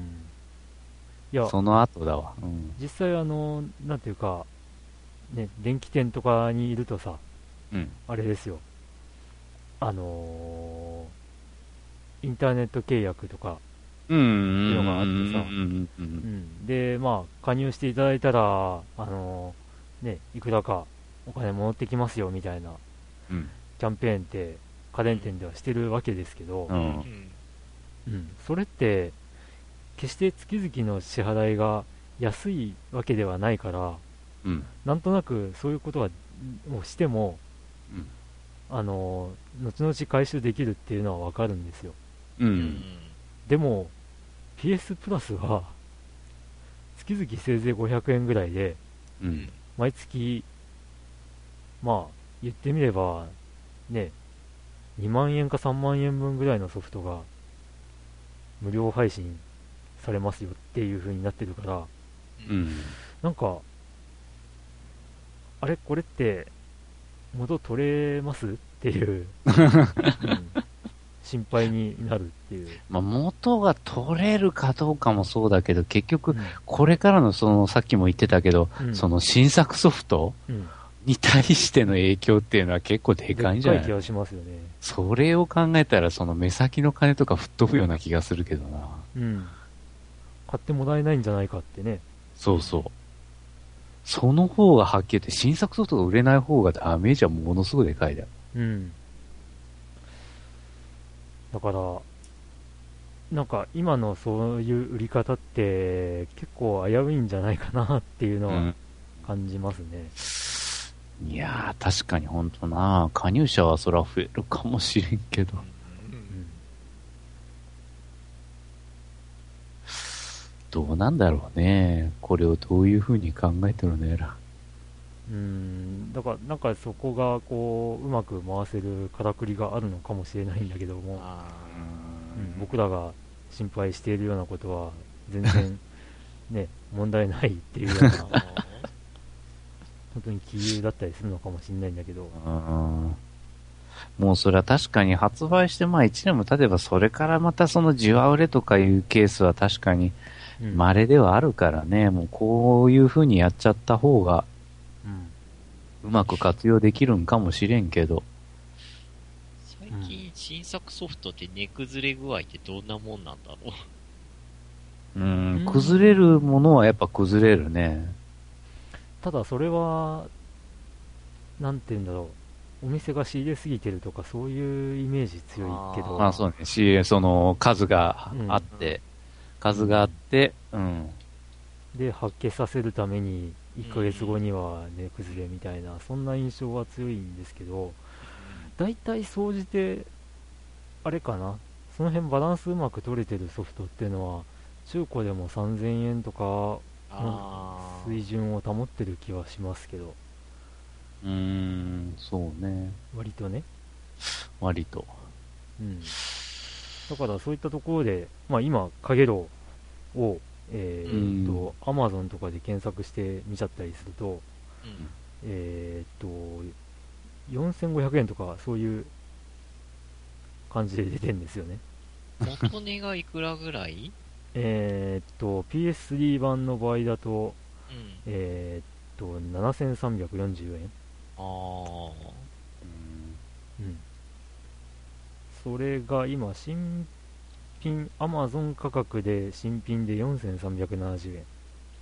いや、 その後だわ。うん。 実際なんていうか、ね、電気店とかにいるとさ、 うん。 あれですよ。あのインターネット契約とか、 うん。 いうのがあってさ、で、まあ、加入していただいたら、ね、いくらかお金戻ってきますよみたいなうん。 キャンペーンって家電店ではしてるわけですけど、 うん。 それって決して月々の支払いが安いわけではないから、 うん。 なんとなくそういうことをしても、 うん。 後々回収できるっていうのはわかるんですよ。 うん。 でも PS プラスは月々せいぜい500円ぐらいで、 うん。 毎月、まあ言ってみればね、2万円か3万円分ぐらいのソフトが無料配信されますよっていう風になってるから、 うん。 なんか、あれこれって元取れますっていう、心配になるっていう。 まあ、元が取れるかどうかもそうだけど、結局、 うんこれからのさっきも言ってたけど、 うんその新作ソフトうんに対しての影響っていうのは結構でかいんじゃない？ でっかい気がしますよね。 それを考えたら、その目先の金とか吹っ飛ぶような気がするけどな。 うん。買ってもらえないんじゃないかってね。 そうそう。その方がはっきり言って、新作ソフトが売れない方がダメージはものすごいでかいだよ。 うん。だから、なんか今のそういう売り方って結構危ういんじゃないかなっていうのは感じますね。 いやー、確かにほんとな。加入者はそら増えるかもしれんけど。どうなんだろうね。これをどういう風に考えてるのやら。 だからなんかそこがこううまく回せるからくりがあるのかもしれないんだけども、僕らが心配しているようなことは全然ね問題ないっていうような本当に杞憂だったりするのかもしれないんだけど、 もうそれは確かに発売してまあ1年も経てばそれからまたそのじわ売れとかいうケースは確かに稀ではあるからね、もうこういう風にやっちゃった方がうまく活用できるんかもしれんけど、 最近新作ソフトって値崩れ具合ってどんなもんなんだろう。 崩れるものはやっぱ崩れるね。 ただそれはなんて言うんだろう、お店が仕入れすぎてるとかそういうイメージ強いけど、 まあそうね、その数があって、 で発揮させるために1ヶ月後には値崩れみたいな、そんな印象は強いんですけど、大体総じてあれかな、その辺バランスうまく取れてるソフトっていうのは中古でも3000円とかの水準を保ってる気はしますけど。 そうね。 割とね。 割と。 だからそういったところで、まあ今、かげろうを、Amazon とかで検索してみちゃったりすると、4500円とかそういう感じで出てるんですよね。 元値がいくらぐらい PS3 版の場合だと、7340円。それが今、新品、Amazon 価格で新品で4370円。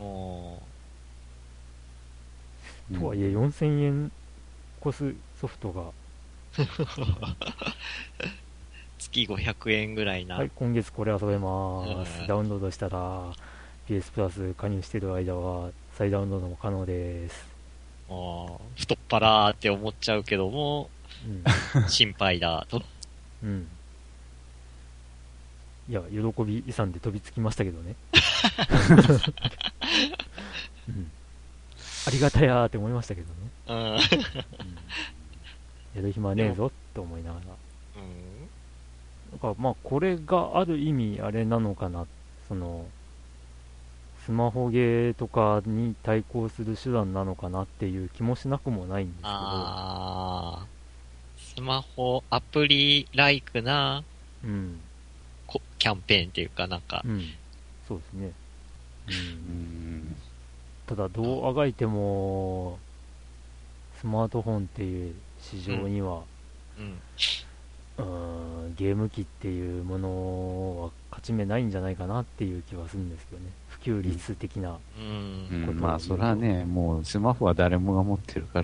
とはいえ4000円越すソフトが月500円ぐらいな。 はい、今月これ遊べまーす。 うんダウンロードしたら、PS プラス加入している間は再ダウンロードも可能です。 太っ腹って思っちゃうけども、心配だと。 うん。いや、喜び遺産で飛びつきましたけどね。うん。ありがたやーって思いましたけどね。 うん。 やる暇ねえぞって思いながら。 うん。 なんかまあこれがある意味あれなのかな、そのスマホゲーとかに対抗する手段なのかなっていう気もしなくもないんですけど、 スマホアプリライクな、 うん、 キャンペーンっていうかなんか、 うん、そうですね、ただどうあがいてもスマートフォンっていう市場には、ゲーム機っていうものは勝ち目ないんじゃないかなっていう気はするんですけどね。普及率的なことを、 まあそれはね、もうスマホは誰もが持ってるから。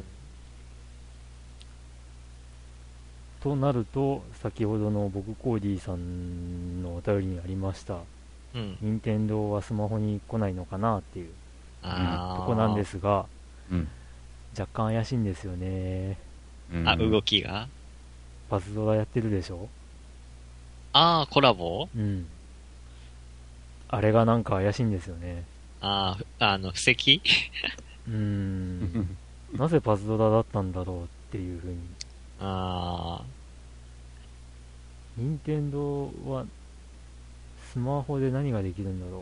となると、先ほどの僕コーディーさんのお便りにありました、任天堂はスマホに来ないのかなっていうとこなんですが、若干怪しいんですよね。 動きがパズドラやってるでしょ。 コラボ？ あれがなんか怪しいんですよね。 布石なぜパズドラだったんだろうっていうふうに。任天堂はスマホで何ができるんだろ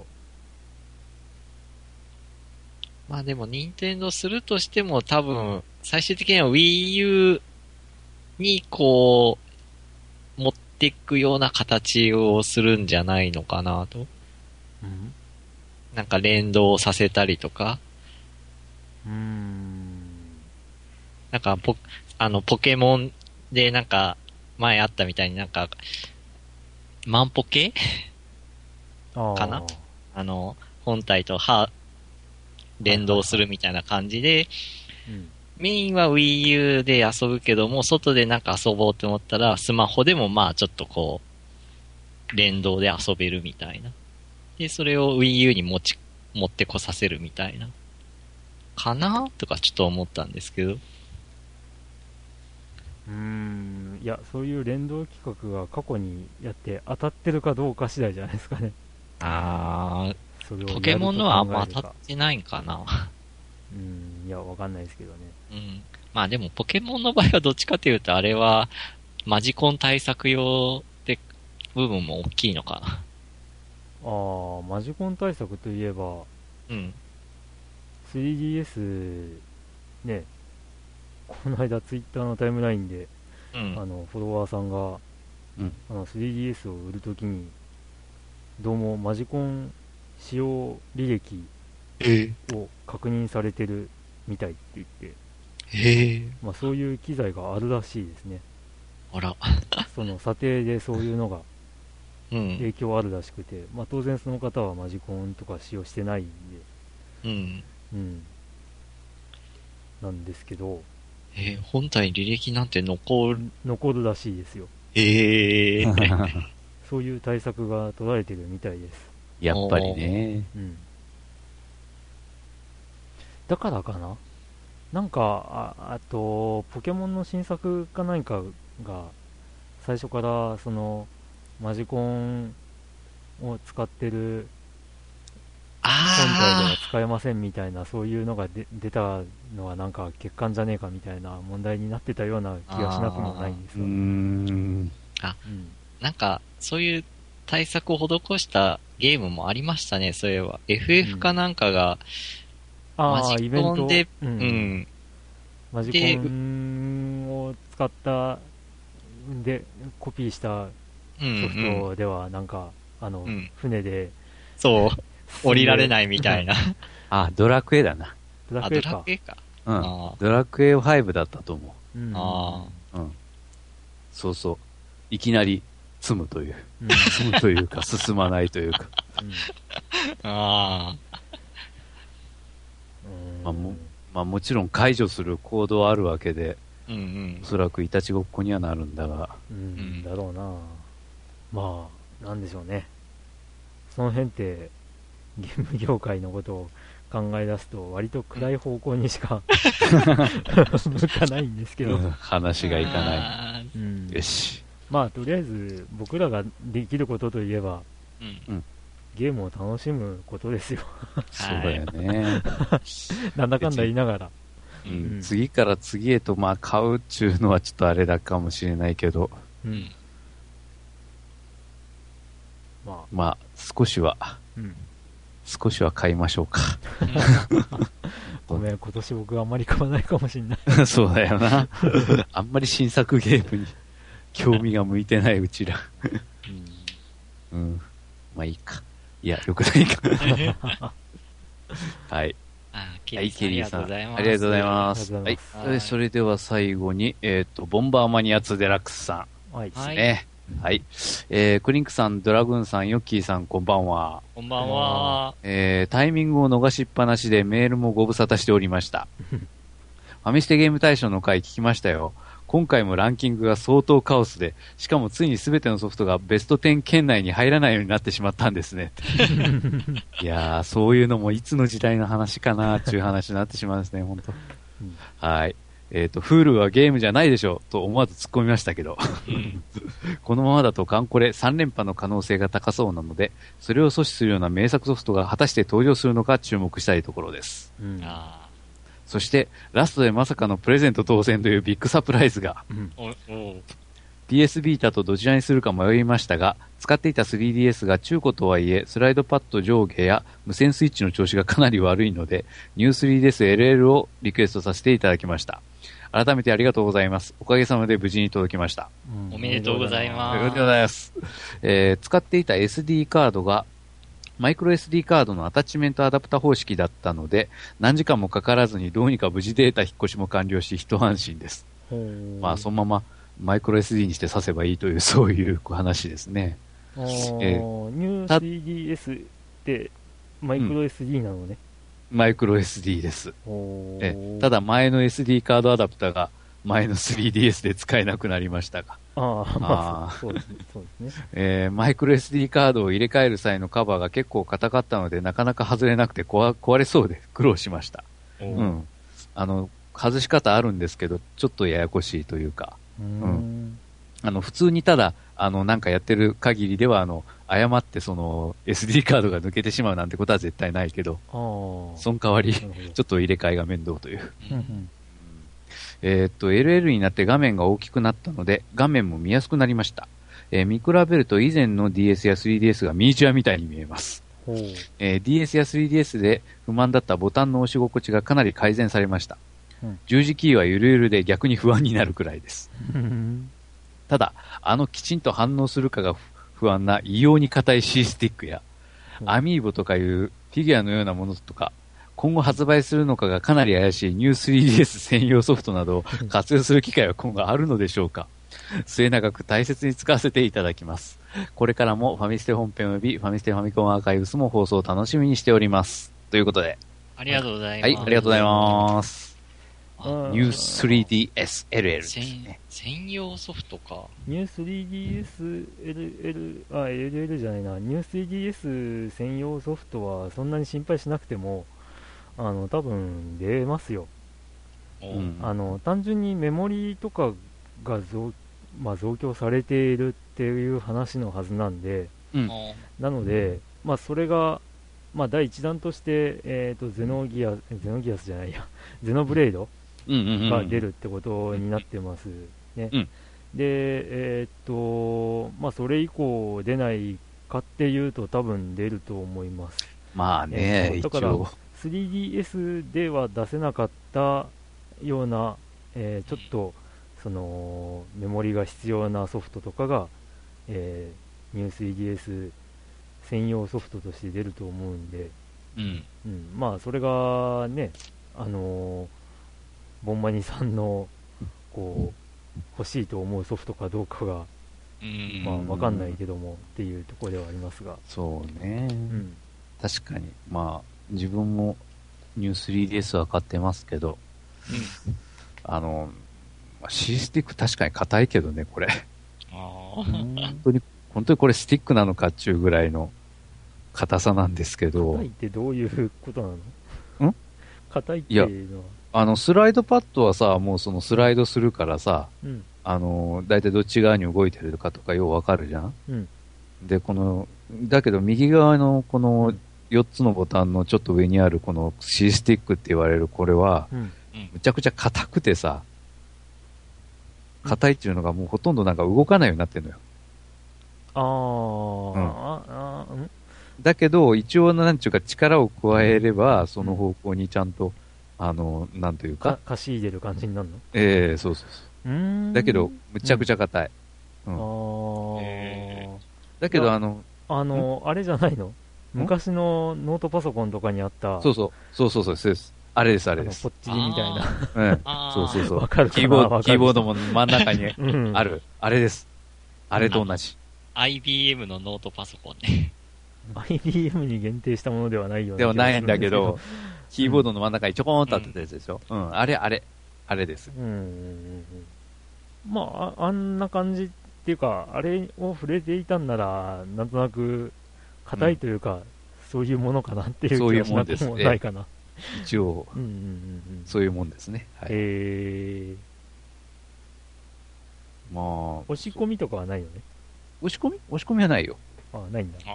う。まあでも任天堂するとしても多分最終的には Wii U にこう持っていくような形をするんじゃないのかなと。なんか連動させたりとか。なんかポケモンでなんか前あったみたいになんかマンポケかな、本体と連動するみたいな感じで、メインは Wii U で遊ぶけども、外でなんか遊ぼうって思ったら、スマホでもまあちょっとこう、連動で遊べるみたいな。で、それを Wii U に持ってこさせるみたいな。かなとかちょっと思ったんですけど。 いや、そういう連動企画が過去にやって当たってるかどうか次第じゃないですかね。 ポケモンのはあんま当たってないんかな。 いや、わかんないですけどね。 まあでもポケモンの場合はどっちかというとあれはマジコン対策用って部分も大きいのかな。 マジコン対策といえば、3DS ね、この間ツイッターのタイムラインで、フォロワーさんが、3DS を売るときにどうもマジコン使用履歴を確認されてるみたいって言って、まあ、そういう機材があるらしいですね。その査定でそういうのが影響あるらしくて、まあ、当然その方はマジコンとか使用してないんで、なんですけど、 本体履歴なんて残るらしいですよ。そういう対策が取られてるみたいです。 やっぱりね。 だからかな。なんかあとポケモンの新作か何かが最初からそのマジコンを使ってる本体では使えませんみたいな、そういうのが出たのはなんか欠陥じゃねえかみたいな問題になってたような気がしなくもないんですが。 なんかそういう対策を施したゲームもありましたね。そういえば FF かなんかが、マジコンで、 マジコンを使ったでコピーしたソフトではなんか船で降りられないみたいな。 ドラクエだな。 ドラクエか。 ドラクエ5だったと思う。そうそう。いきなり積むという。積むというか、進まないというか。まあもちろん解除するコードはあるわけで、 おそらくいたちごっこにはなるんだが。 だろうな。まあ、なんでしょうね。その辺って、ゲーム業界のことを考え出すと、割と暗い方向にしか向かないんですけど。 話がいかない。よし。 まあ、とりあえず、僕らができることといえば、ゲームを楽しむことですよ。 そうだよね。 なんだかんだ言いながら。 次から次へと、まあ、買うっちゅうのはちょっとあれだかもしれないけど。まあ、少しは買いましょうか。 ごめん、今年僕あんまり買わないかもしれない。 そうだよな。あんまり新作ゲームに興味が向いてないうちら。まあいいか。いや、よくないか。はい。 ケリーさん、 ありがとうございます。はい。それでは最後に、ボンバーマニア2デラックスさんですね。はい。クリンクさん、ドラグーンさん、ヨッキーさん、こんばんは。 こんばんは。 タイミングを逃しっぱなしでメールもご無沙汰しておりました。ファミステゲーム大賞の回聞きましたよ。今回もランキングが相当カオスで、しかもついに全てのソフトがベスト10圏内に入らないようになってしまったんですね。いやー、そういうのもいつの時代の話かなーっていう話になってしまうんですね、本当。はい。Hulu はゲームじゃないでしょうと思わず突っ込みましたけど、このままだとガンコレ3連覇の可能性が高そうなので、それを阻止するような名作ソフトが果たして登場するのか注目したいところです。そして、ラストでまさかのプレゼント当選というビッグサプライズが、PS ビータとどちらにするか迷いましたが、使っていた 3DS が中古とはいえ、スライドパッド上下や無線スイッチの調子がかなり悪いので、ニュー 3DS LL をリクエストさせていただきました。改めてありがとうございます。おかげさまで無事に届きました。 おめでとうございます。 ありがとうございます。使っていた SD カードが、マイクロ SD カードのアタッチメントアダプタ方式だったので、何時間もかからずにどうにか無事データ引っ越しも完了し、一安心です。まあ、そのままマイクロ SD にして挿せばいいという、そういう話ですね。 ニュー 3DS ってマイクロ SD なのね。 マイクロ SD です。ただ前の SD カードアダプタが前の 3DS で使えなくなりましたが。 そうですね。 マイクロ SD カードを入れ替える際のカバーが結構硬かったのでなかなか外れなくて壊れそうで苦労しました。外し方あるんですけど、ちょっとややこしいというか。普通にただ、なんかやってる限りでは、誤ってその SD カードが抜けてしまうなんてことは絶対ないけど、その代わり、ちょっと入れ替えが面倒という。LL になって画面が大きくなったので、画面も見やすくなりました。見比べると以前の DS や 3DS がミニチュアみたいに見えます。DS や 3DS で不満だったボタンの押し心地がかなり改善されました。十字キーはゆるゆるで逆に不安になるくらいです。ただ、きちんと反応するかが不安な異様に硬い C スティックや、アミーボとかいうフィギュアのようなものとか、今後発売するのかがかなり怪しいニュー 3DS 専用ソフトなどを活用する機会は今後あるのでしょうか。末永く大切に使わせていただきます。これからもファミステ本編及びファミステファミコンアーカイブスも放送を楽しみにしております。ということで。 ありがとうございます。 はい、ありがとうございます。ニュー 3DS LL ですね。 専用ソフトか。 ニュー 3DS LL じゃないな。ニュー 3DS 専用ソフトはそんなに心配しなくても、多分出ますよ。単純にメモリとかが増強されているっていう話のはずなんで、なので、それが、第一弾として、ゼノギアスじゃないや、ゼノブレイドが出るってことになってますね。で、それ以降出ないかっていうと多分出ると思います。 まあね、 だから 3DS では出せなかったような、ちょっとそのメモリが必要なソフトとかが、ニュー 3DS 専用ソフトとして出ると思うんで、それがね、ボンマニさんのこう欲しいと思うソフトかどうかが、わかんないけどもっていうところではありますが。 そうね。確かに、自分もニュー 3DS は買ってますけど、 まあ、C スティック確かに硬いけどね、これ。 あ本当にこれスティックなのかっていうぐらいの硬さなんですけど。 硬いってどういうことなの？硬いっていうのは。 スライドパッドはさ、もうそのスライドするからさ、 うん。 だいたいどっち側に動いてるかとかようわかるじゃん。 うん。 で、だけど右側のこうのん 4つのボタンのちょっと上にあるこの C スティックって言われるこれは、 うん。 むちゃくちゃ硬くてさ、硬いっていうのがもうほとんどなんか動かないようになってるのよ。だけど、一応なんちゅうか力を加えれば、その方向にちゃんと、なんというか。 かし入れる感じになるの？ そうそうそう。だけど、むちゃくちゃ硬い。だけど、 あれじゃないの？昔のノートパソコンとかにあった。 そうです。あれです。 ポッチリみたいな。 そう。 わかるかな？ キーボードも真ん中にある。あれです。あれと同じ。 IBM のノートパソコンね。 IBM に限定したものではないよね。 ではないんだけど、キーボードの真ん中にちょこーんとあってたやつでしょ。あれです。 まあ、あんな感じっていうか、あれを触れていたんなら、なんとなく、硬いというか、そういうものかなっていう気がしなくもないかな。 一応、そういうもんですね。まあ。 押し込みとかはないよね。 押し込みはないよ。 ないんだ。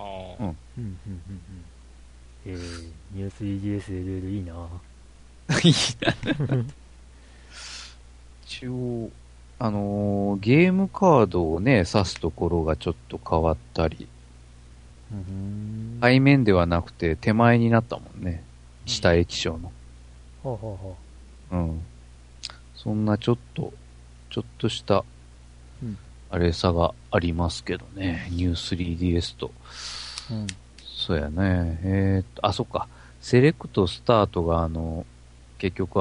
ニュー 3DS LL いいな。 いいな。一応、ゲームカードをね、挿すところがちょっと変わったり。背面ではなくて手前になったもんね。下液晶の。そんなちょっとした、あれさがありますけどね。ニュー 3DS と。そうやね。そっか。セレクトスタートが結局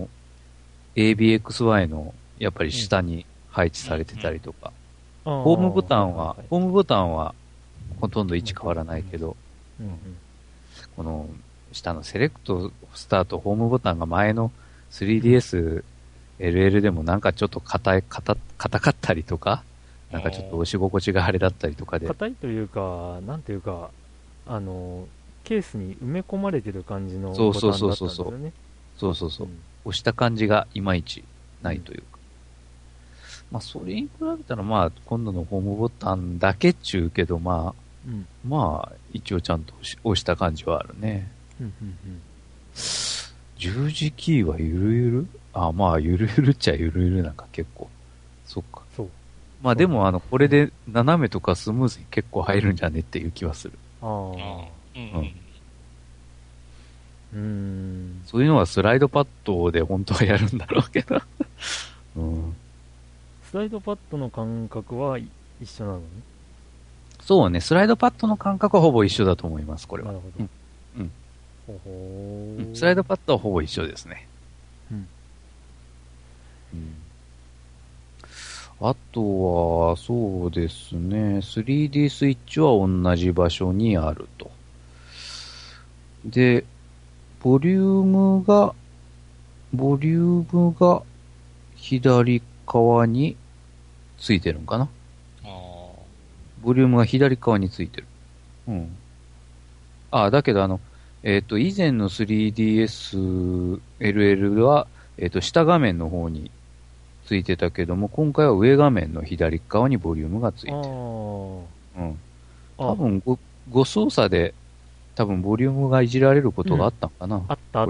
ABXY のやっぱり下に配置されてたりとか。ホームボタンはほとんど位置変わらないけど、この下のセレクトスタートホームボタンが前の 3DS LL でもなんかちょっと硬かったりとか、なんかちょっと押し心地があれだったりとかで。 硬いというか、なんていうか、ケースに埋め込まれてる感じのボタンだったんですよね。 そう。押した感じがいまいちないというか。まあ、それに比べたら、まあ、今度のホームボタンだけっちゅうけど、まあ、一応ちゃんと押した感じはあるね。十字キーはゆるゆる？まあ、ゆるゆるっちゃゆるゆるなんか結構。そっか。 そう。 まあでも、これで斜めとかスムーズに結構入るんじゃねっていう気はする。そういうのはスライドパッドで本当はやるんだろうけど。 スライドパッドの感覚は一緒なのね。 そうね、スライドパッドの感覚はほぼ一緒だと思います、これは。 なるほど。 スライドパッドはほぼ一緒ですね。あとは、そうですね、3D スイッチは同じ場所にあると。で、ボリュームが左側についてるんかな。ボリュームが左側についてる。だけど以前の 3DS LL は、下画面の方についてたけども、今回は上画面の左側にボリュームがついてる。多分ご操作で、多分ボリュームがいじられることがあったのかな。 あった。あ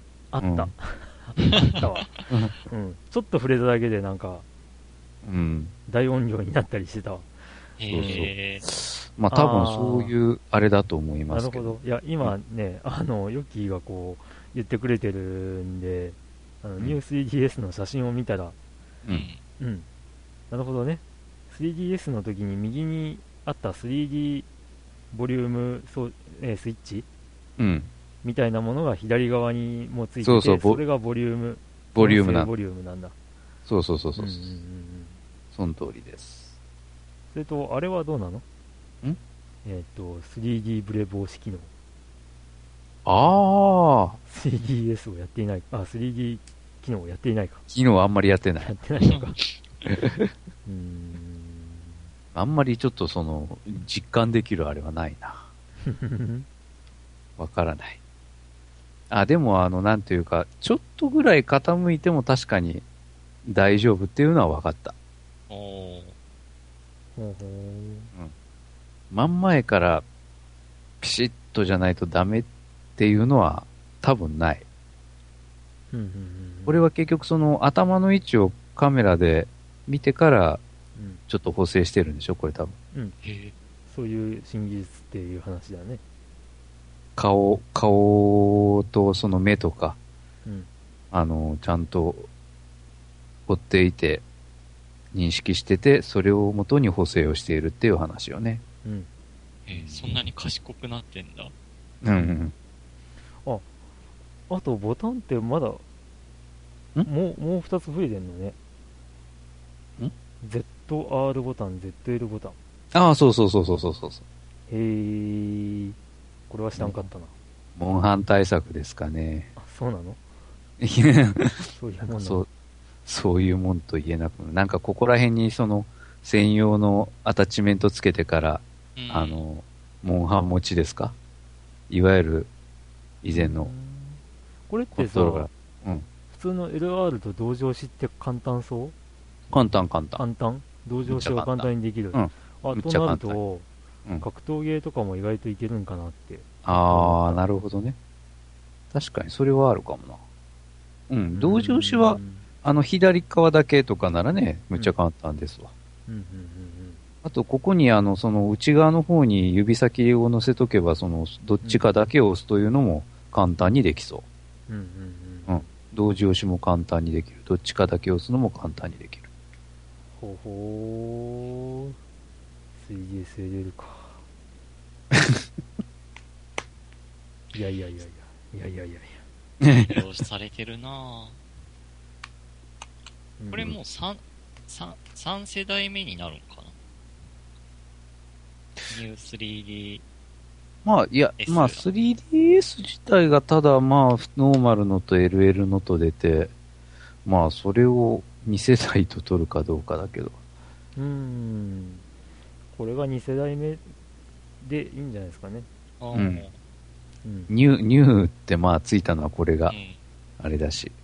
ったわ。ちょっと触れただけでなんか、大音量になったりしてたわ。まあ多分そういうあれだと思いますけど。なるほど。いや、今ね、ヨッキーがこう言ってくれてるんで、ニュー 3DS の写真を見たら、なるほどね。3DS の時に右にあった 3D ボリュームスイッチみたいなものが左側にもついてて、それがボリュームなんだ。そう。その通りです。それと、あれはどうなの？3D ブレ防止機能。3DS をやっていない。3D 昨日やっていないか。 昨日はあんまりやってない。 やってないのか。 あんまりちょっと実感できるあれはないな。わからない。あ、でもなんていうか、ちょっとぐらい傾いても確かに大丈夫っていうのは分かった。 おー。 ほうほう。 真ん前からピシッとじゃないとダメっていうのは多分ない。これは結局頭の位置をカメラで見てからちょっと補正してるんでしょこれ多分。 うん。そういう新技術っていう話だね。 顔とその目とか、ちゃんと追っていて、認識してて、それを元に補正をしているっていう話よね。 そんなに賢くなってんだ。 あとボタンってまだ、もう2つ増えてんのね。ZR ボタン、ZL ボタン。 ああ、そう。 へー。これは知らんかったな。 モンハン対策ですかね。 あ、そうなの？そういうもんなの？ そういうもんと言えなく、なんかここら辺に専用のアタッチメントつけてから、モンハン持ちですか？いわゆる以前の。 これってさ、普通の LR と同乗しって簡単そう？ 簡単。 同乗しは簡単にできる。となると、格闘ゲーとかも意外といけるんかなって。 ああ、なるほどね。確かにそれはあるかもな。同乗しは、左側だけとかならね、むっちゃ簡単ですわ。あと、ここにその内側の方に指先を乗せとけば、どっちかだけを押すというのも簡単にできそう。同時押しも簡単にできる。どっちかだけ押すのも簡単にできる。 ほほー。3DSLL か。いや。 利用されてるなぁ。これもう3世代目になるのかな？ニュー 3D。 まあ、いや、3DS 自体がただノーマルのと LL のと出て、それを2世代と取るかどうかだけど。 これが2世代目でいいんじゃないですかね。 ニューってついたのはこれが、あれだし。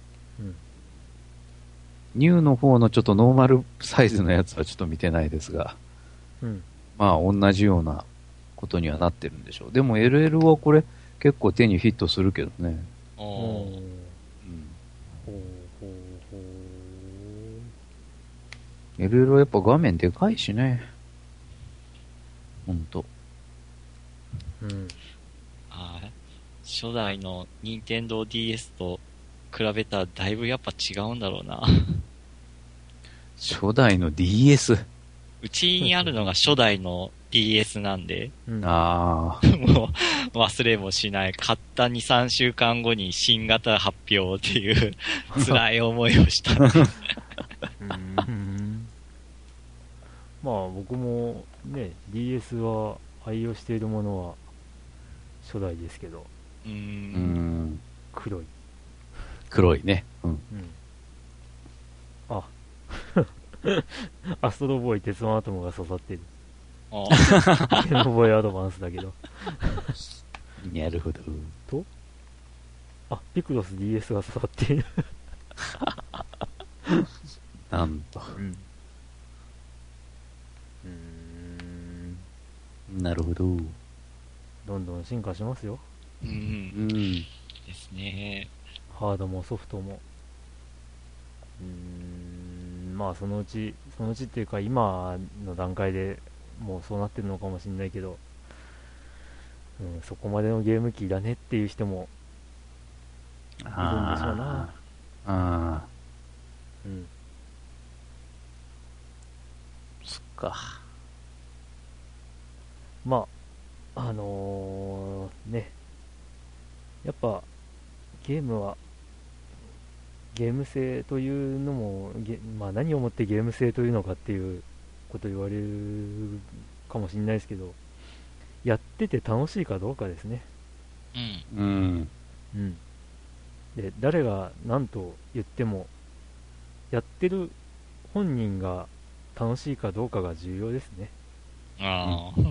ニューの方のちょっとノーマルサイズのやつはちょっと見てないですが、同じようなことにはなってるんでしょう。でも LL はこれ結構手にフィットするけどね。LL はやっぱ画面でかいしね。ほんと。 初代の任天堂 DS と比べたらだいぶやっぱ違うんだろうな。 初代の DS？ うちにあるのが初代の DS なんで、もう忘れもしない。買った2、3週間後に新型発表っていう辛い思いをした。 僕もね、DS は愛用しているものは初代ですけど。 黒いね。 アストロボーイ鉄腕アトムが刺さってる。ゲームボーイアドバンスだけど。 なるほど。 ピクロス DS が刺さっている。 なんと。なるほど。 どんどん進化しますよ。 ですね。 ハードもソフトも。そのうちっていうか今の段階でもうそうなってるのかもしれないけど、そこまでのゲーム機だねっていう人もいるんでしょうな。 そっか。 やっぱゲームはゲーム性というのも、何をもってゲーム性というのかっていうことを言われるかもしれないですけど、やってて楽しいかどうかですね。 で、誰が何と言っても、やってる本人が楽しいかどうかが重要ですね。 ああ、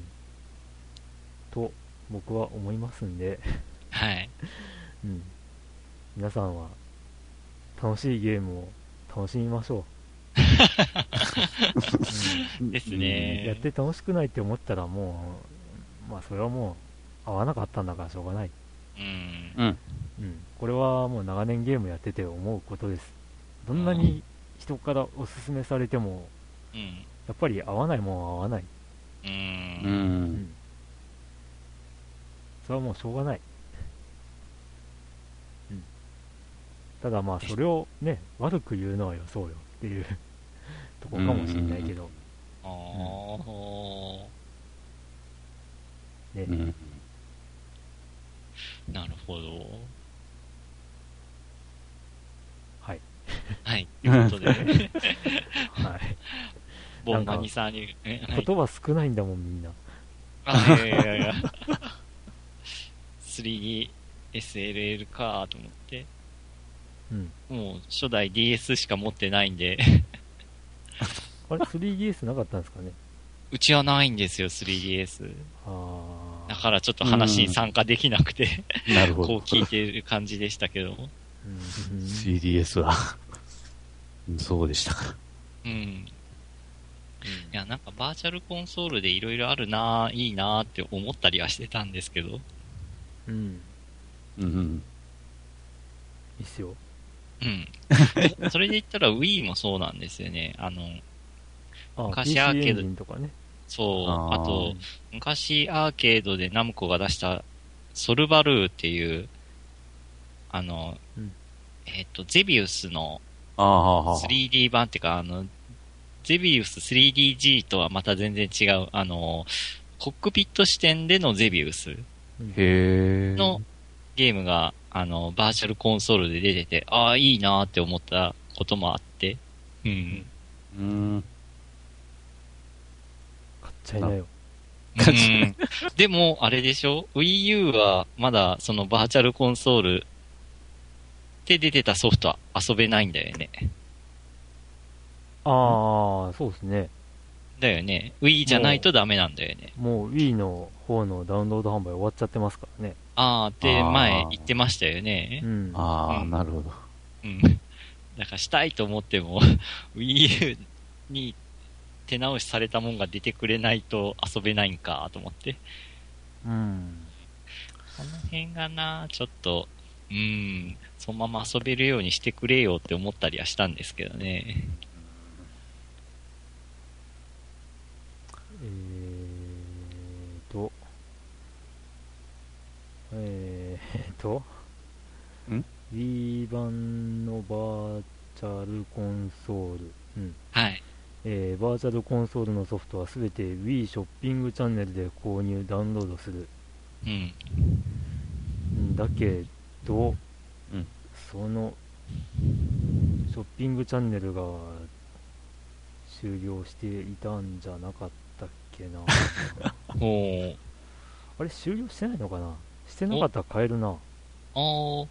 と、僕は思いますんで、 はい。 皆さんは、楽しいゲームを楽しみましょう。 ですやっね。 て楽しくないって思ったらもう、まあそれはもう、合わなかったんだからしょうがない。これはもう長年ゲームやってて思うことです。どんなに人からおすすめされても、やっぱり合わないもんは合わない。それはもうしょうがない。ただまあそれをね、悪く言うのはよそうよっていうとこかもしれないけど。ね。 なるほど。 はい。 はい。ということで。はい。 ボンマニさんに。言葉少ないんだもん、みんな。 いや。3DSLL かと思って。もう初代 DS しか持ってないんで。 あれ 3DS なかったんですかね。 うちはないんですよ、3DS。だからちょっと話に参加できなくて、なるほど。こう聞いてる感じでしたけど。 3DS はそうでしたか。 いや、なんかバーチャルコンソールでいろいろあるなぁ、いいなぁって思ったりはしてたんですけど。 いいっすよ。 それで言ったら Wii もそうなんですよね。 昔アーケードとかね。 そう。あと、昔アーケードでナムコが出したソルバルーっていう、ゼビウスの 3D 版っていうか、ゼビウス 3DG とはまた全然違う、コックピット視点でのゼビウスのゲームが、バーチャルコンソールで出てて、ああ、いいなーって思ったこともあって。 買っちゃいなよ。 でも、あれでしょ ?Wii U はまだそのバーチャルコンソールで出てたソフトは遊べないんだよね。 そうですね。 だよね。Wii じゃないとダメなんだよね。 もう Wii の方のダウンロード販売終わっちゃってますからね。 で、前言ってましたよね。 なるほど。 だからしたいと思っても、Wii U に手直しされたもんが出てくれないと遊べないんかと思って。この辺がな、ちょっと、そのまま遊べるようにしてくれよって思ったりはしたんですけどね。 Wii 版のバーチャルコンソール。 はい。 バーチャルコンソールのソフトはすべて Wii ショッピングチャンネルで購入、ダウンロードする。だけど、そのショッピングチャンネルが終了していたんじゃなかったっけな。あれ終了してないのかな。してなかったら買えるな。ちょ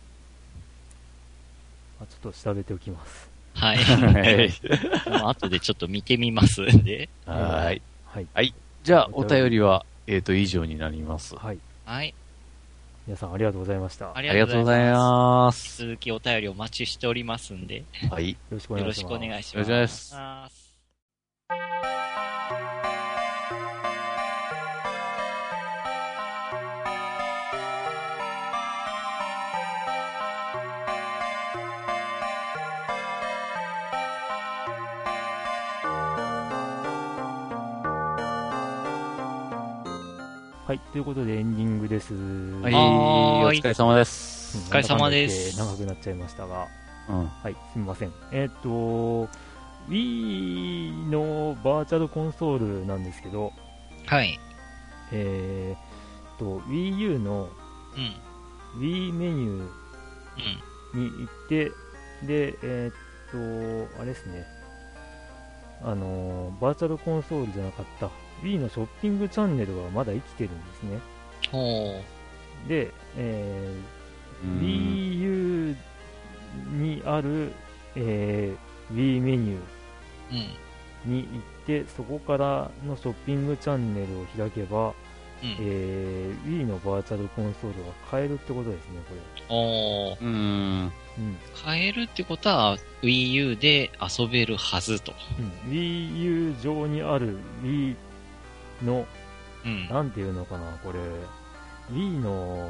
っと調べておきます。 はい。後でちょっと見てみますんで。 はい。じゃあ、お便りは、以上になります。 はい。 皆さんありがとうございました。 ありがとうございます。 引き続きお便りお待ちしておりますんで。 はい。 よろしくお願いします。 よろしくお願いします。 お願いします。 はい、ということでエンディングです。 はい、お疲れ様です。 お疲れ様です。 長くなっちゃいましたが、はい、すみません。Wii のバーチャルコンソールなんですけど、 はい。 Wii U の Wii メニューに行って、で、あれですね、バーチャルコンソールじゃなかった、Wii のショッピングチャンネルはまだ生きてるんですね。で、Wii U にある、Wii メニュうん。 ーに行って、そこからのショッピングチャンネルを開けば、 うん。 Wii のバーチャルコンソールが買えるってことですね、こおー。 うん。 れ。うん。 買えるってことは Wii U で遊べるはずと。 Wii U 上にある Wii の、 うん。 なんていうのかな、これ、Wii の、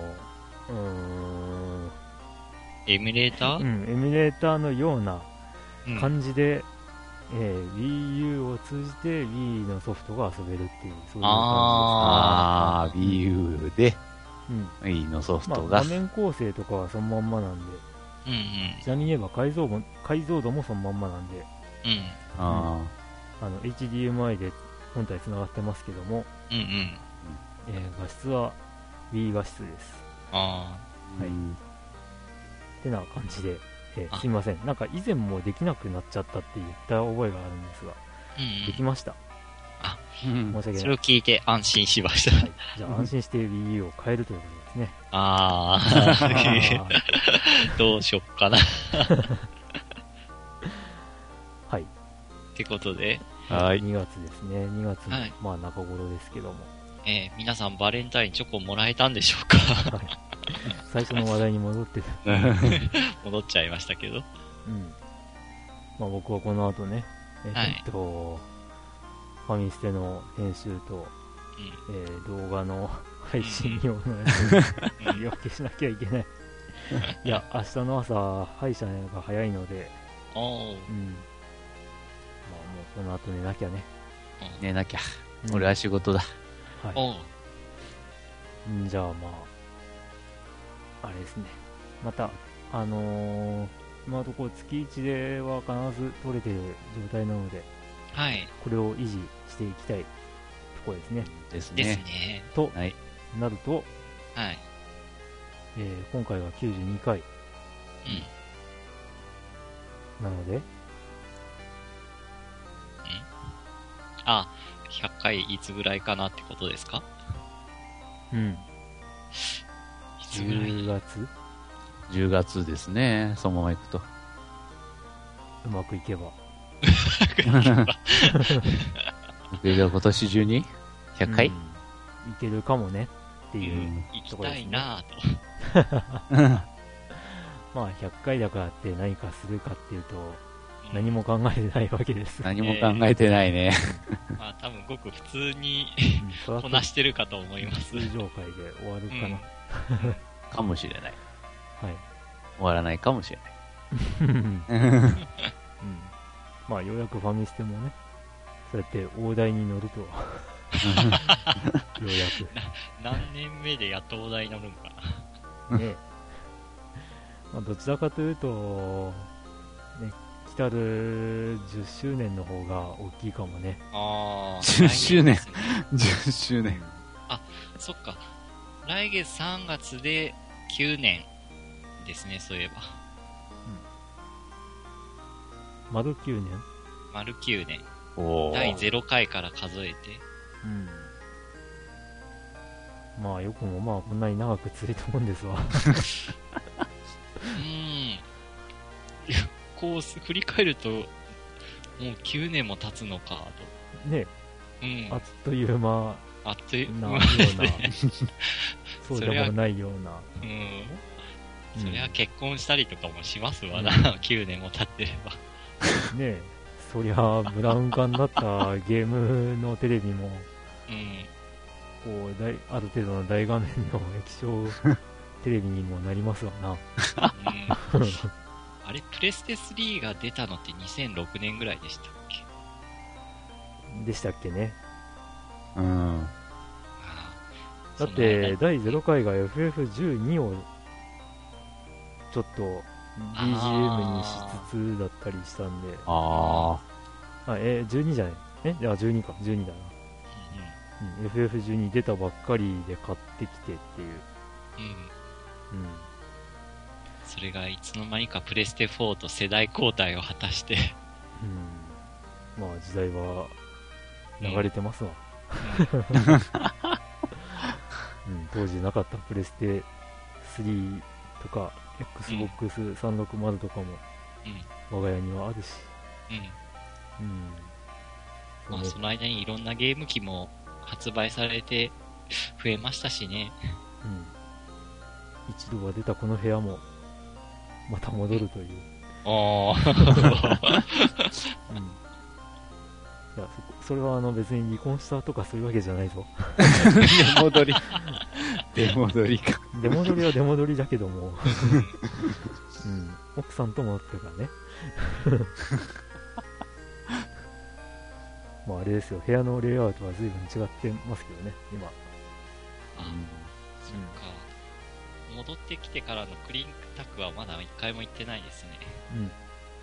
エミュレーター、 エミュレーターのようなうん、 感じで、Wii U を通じて Wii のソフトが遊べるっていう、そういう感あー、Wii U で、 じです。うん。 Wii のソフまあ、 トが。 画面構成とかはそのまんまなんで、 うんうん。 ちなみに言えば解像度もそのまんまなんで、 うん。 あ HDMI で本体繋がってますけども、 うんうん。 画質は Wii 画質です。 あー。 はいうんってな感じで、 あすいません。なんか以前もできなくなっちゃったって言った覚えがあるんですが、 あ。うんできました。 うん申し訳そない。 れを聞いて安心しました。 はい、じゃあ安心して Wii U を変えるということですね。 ああ。どうしよっかな。 はい。 ってことで、 はい 2月ですね。2月の、 はいまあ中頃ですけども。 皆さんバレンタインチョコもらえたんでしょうか？ はい。最初の話題に戻ってた。 戻っちゃいましたけど。 うん。まあ僕はこの後ね、 はいファミステの編集と、動画の配信用のやつに言い訳しなきゃいけない。いや、明日の朝、歯医者が早いので、 うん。おー。 うん。まあもうこの後寝なきゃね。 寝なきゃ。 うん俺は仕事だ。 はい。 おー。 じゃあまあ、あれですね。また、今のところ月1では必ず取れてる状態なので、 はい。 これを維持していきたいところですね。 ですですね。 ね。 とはい。 なると、 はい。 今回が92回うん。 なので、 あ、100回いつぐらいかなってことですか？ うん、 いつぐらい 10月 10月ですね。そのまま行くと。 うまくいけば。 で今年中に ?100 回、 いけるかもねっていう、 うん行きたいなぁと。 まあ100回だからって何かするかっていうと、何も考えてないわけです。 何も考えてないね。 まあ多分ごく普通にうんこなしてるかと思います。 通常回で終わるかな。 かもしれない。 はい。 終わらないかもしれない。 うんまあようやくファミステもね、そうやって大台に乗るとは。ようや何年目でやっとお題に乗るんかく。ねまあどちらかというと、ね、来たる10周年の方が大きいかもね。 な。ああ。 10周年来ですね 10周年。 そっか。来月3月で9年ですね、そういえば。 丸9年丸9年。 おー第0回から数えて。 うん。まあよくもまあこんなに長く続いたもんですわ。 こう振り返ると、もう9年も経つのかね、 と。うん。 あっという間あっという間なような、そうでもないような。 うん。 うんそりゃ結婚したりとかもしますわな、9年も経ってれば。 ねそりゃブラウン管だったゲームのテレビも、 うん。 こうある程度の大画面の液晶テレビにもなりますわな。 うん、あれ、プレステ3が出たのって2006年ぐらいでしたっけ？ でしたっけね。 うん。 あーだっその間て、第0回が FF12 をちょっと BGM にしつつだったりしたんで、 あ 12じゃないじゃあ12か、12だな。FF12 出たばっかりで買ってきてっていう。 うんうん。 うん。 それがいつの間にかプレステ4と世代交代を果たして、 まあ時代は流れてますわ。当時なかったプレステ3とか Xbox 360とかも我が家にはあるし。 うん。 うん。 まあ、その間にいろんなゲーム機も発売されて増えましたしね。 うん。一度は出たこの部屋も、また戻るという。 ああ。 うん。いや、それは別に離婚したとかそういうわけじゃないぞ。 出戻り。出戻りか。 出戻りは出戻りだけども、うん。奥さんともっていうかね。まああれですよ、部屋のレイアウトは随分違ってますけどね、今。 あ、そっか。戻ってきてからのクリンクタクはまだ一回も行ってないですね。 うん。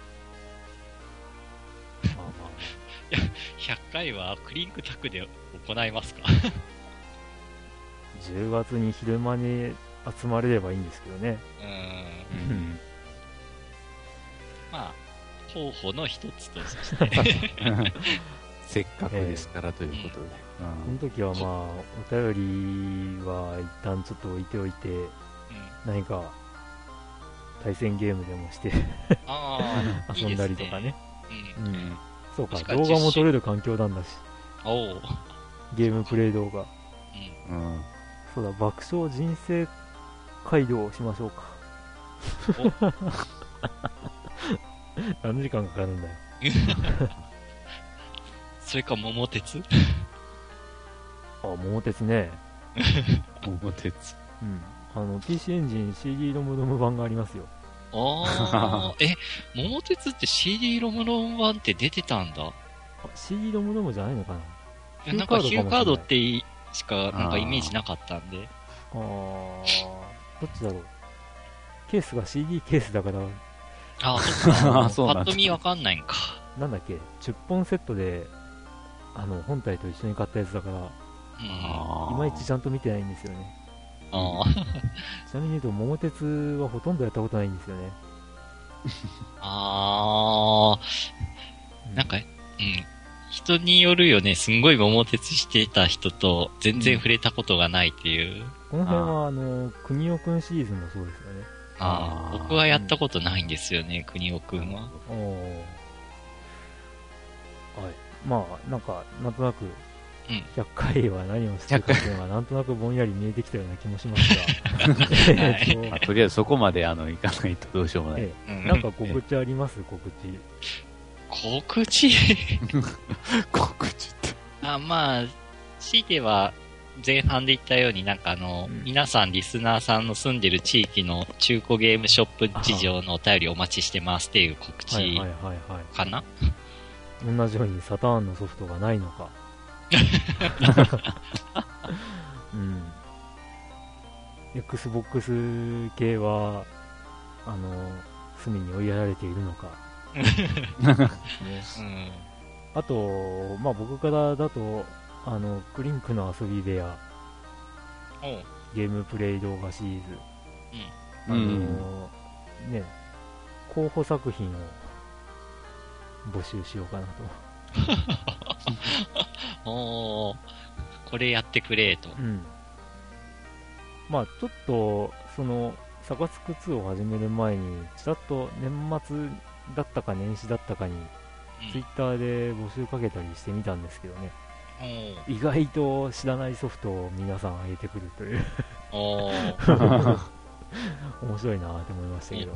まあまあ。 いや、100回はクリンクタクで行いますか 10月に昼間に集まれればいいんですけどね。 うん。 まあ、候補の一つとして。 せっかくですからということで。 この時はまあ、お便りは一旦ちょっと置いておいて、何か対戦ゲームでもして遊んだりとかね。 うん。 そうか、動画も撮れる環境なんだし。 おう。 ゲームプレイ動画。 うん。 そうだ、爆笑人生街道をしましょうか。何時間かかるんだよ。 それか桃鉄あ、桃鉄ね。 桃鉄。 うん。PC エンジン CD ロムロム版がありますよ。 ああ、桃鉄って CD ロムロム版って出てたんだ。 CD ロムロムじゃないのかな。 いや、なんかヒューカードってしかなんかイメージなかったんで。 どっちだろう。ケースが CD ケースだから。 ああ、そっか。パッと見わかんないんか。 なんだっけ、10本セットで、本体と一緒に買ったやつだから、いまいちちゃんと見てないんですよね。ちなみに言うと、桃鉄はほとんどやったことないんですよね。 なんか、人によるよね。すんごい桃鉄してた人と、全然触れたことがないっていう。 この辺は、国尾くんシリーズもそうですよね。 僕はやったことないんですよね、国尾くんは。 はい。まあ、なんとなく、100回は何をしてるかっていうのが、なんとなくぼんやり見えてきたような気もしますが。とりあえずそこまでいかないとどうしようもない。 なんか告知あります？告知。 告知告知って。 まあ、強いては、前半で言ったように、なんか皆さんリスナーさんの住んでる地域の中古ゲームショップ事情のお便りお待ちしてますっていう告知かな。 同じようにサターンのソフトがないのか。うん。Xbox 系は、隅に追いやられているのか。ね、あと、まあ僕からだと、クリンクの遊び部屋、ゲームプレイ動画シリーズ、ね、候補作品を募集しようかなと。 これやってくれと。 まあちょっと、サカツク2を始める前に、ちらっと年末だったか年始だったかに、ツイッターで募集かけたりしてみたんですけどね。意外と知らないソフトを皆さん上げてくるという面白いなって思いましたけど、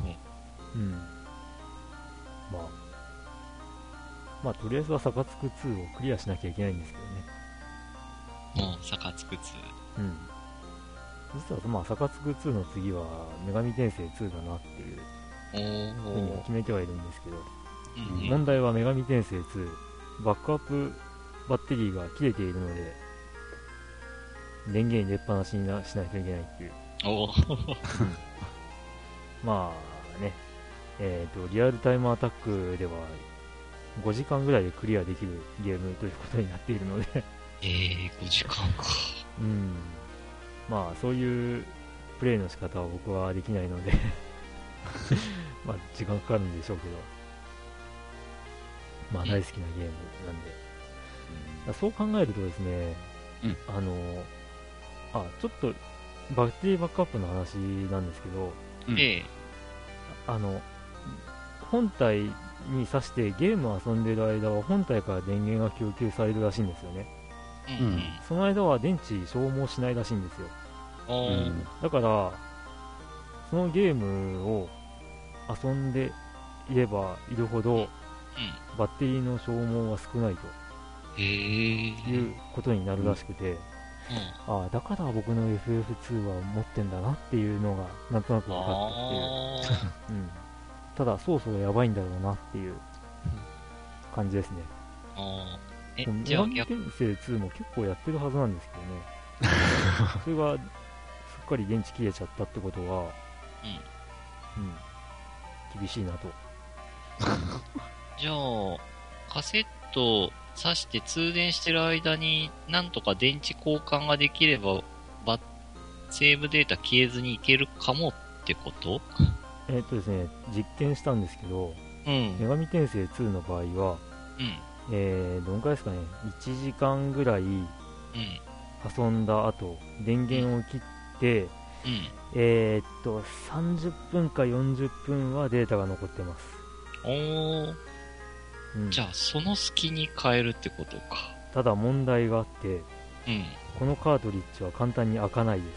まあとりあえずはサカツク2をクリアしなきゃいけないんですけどね。 サカツク2。 実はまあサカツク2の次は女神転生2だなっていうふうには決めてはいるんですけど、問題は女神転生2バックアップバッテリーが切れているので電源入れっぱなしにしないといけないっていう。まあね、リアルタイムアタックでは5時間ぐらいでクリアできるゲームということになっているので 5時間か。 まあそういうプレイの仕方は僕はできないのでまあ時間かかるんでしょうけど、まあ大好きなゲームなんで、そう考えるとですね、ちょっとバッテリーバックアップの話なんですけど、 本体に挿してゲームを遊んでる間は本体から電源が供給されるらしいんですよね。 うんその間は電池消耗しないらしいんですよ。だからそのゲームを遊んでいればいるほどバッテリーの消耗は少ないということになるらしくて、ああだから僕の FF2 は持ってんだなっていうのがなんとなく分かったっていう、ただそろそろやばいんだろうなっていう感じですね。女神転生2も結構やってるはずなんですけどねそれがすっかり電池切れちゃったってことは、厳しいなとじゃあカセット挿して通電してる間になんとか電池交換ができればセーブデータ消えずにいけるかもってこと？ ですね、実験したんですけど、女神転生2の場合は、どのくらいですかね、1時間ぐらい遊んだ後、電源を切って、30分か40分はデータが残ってます。 じゃあその隙に変えるってことか。 ただ問題があって、このカートリッジは簡単に開かないです。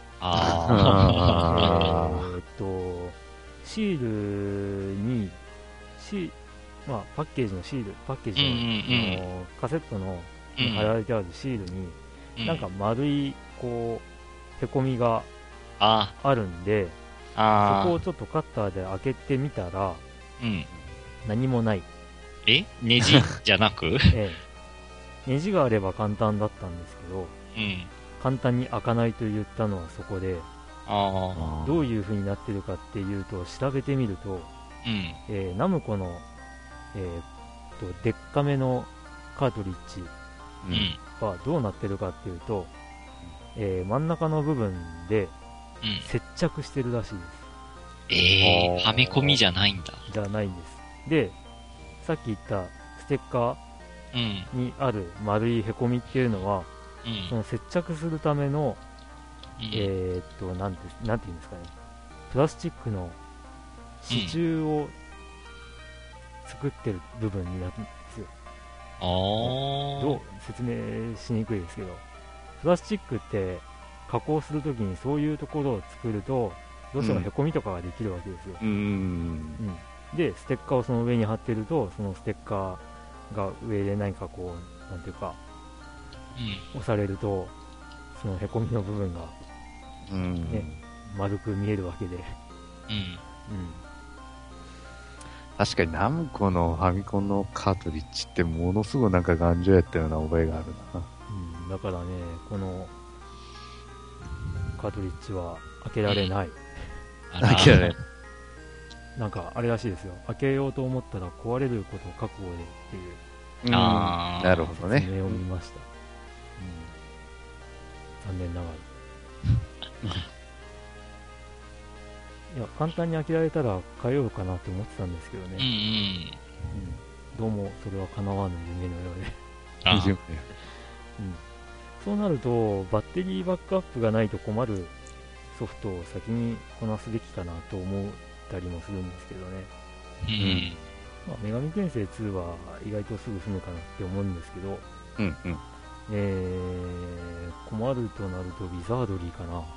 シールにパッケージのシール、パッケージの、カセットの貼られてあるシールに、なんか丸いこうへこみがあるんで、そこをちょっとカッターで開けてみたら、何もない。 ネジじゃなくネジがあれば簡単だったんですけど、簡単に開かないと言ったのはそこで、どういう風になってるかっていうと、調べてみると、ナムコの、でっかめのカートリッジはどうなってるかっていうと、真ん中の部分で接着してるらしいです。はめ込みじゃないんだ。 じゃないんです。で、さっき言ったステッカーにある丸いへこみっていうのは、その接着するための、なんていうんですかね、プラスチックの支柱を作ってる部分になるんですよ。どう説明しにくいですけど、プラスチックって加工するときにそういうところを作るとどうしてもへこみとかができるわけですよ。でステッカーをその上に貼ってると、そのステッカーが上で何かこうなんていうか、押されるとそのへこみの部分が、丸く見えるわけで、 確かにナムコのファミコンのカートリッジってものすごいなんか頑丈やったような覚えがあるな。 だからね、このカートリッジは開けられない。 開けられない。 なんかあれらしいですよ。開けようと思ったら壊れることを覚悟でっていう。 なるほどね。 説明を見ました。残念ながら。いや、簡単に開けられたら変えようかなと思ってたんですけどね。どうもそれは叶わぬ夢のようで。そうなると、バッテリーバックアップがないと困るソフトを先にこなすべきかなと思ったりもするんですけどね。女神転生2は意外とすぐ済むかなって思うんですけど、困るとなるとウィザードリーかな。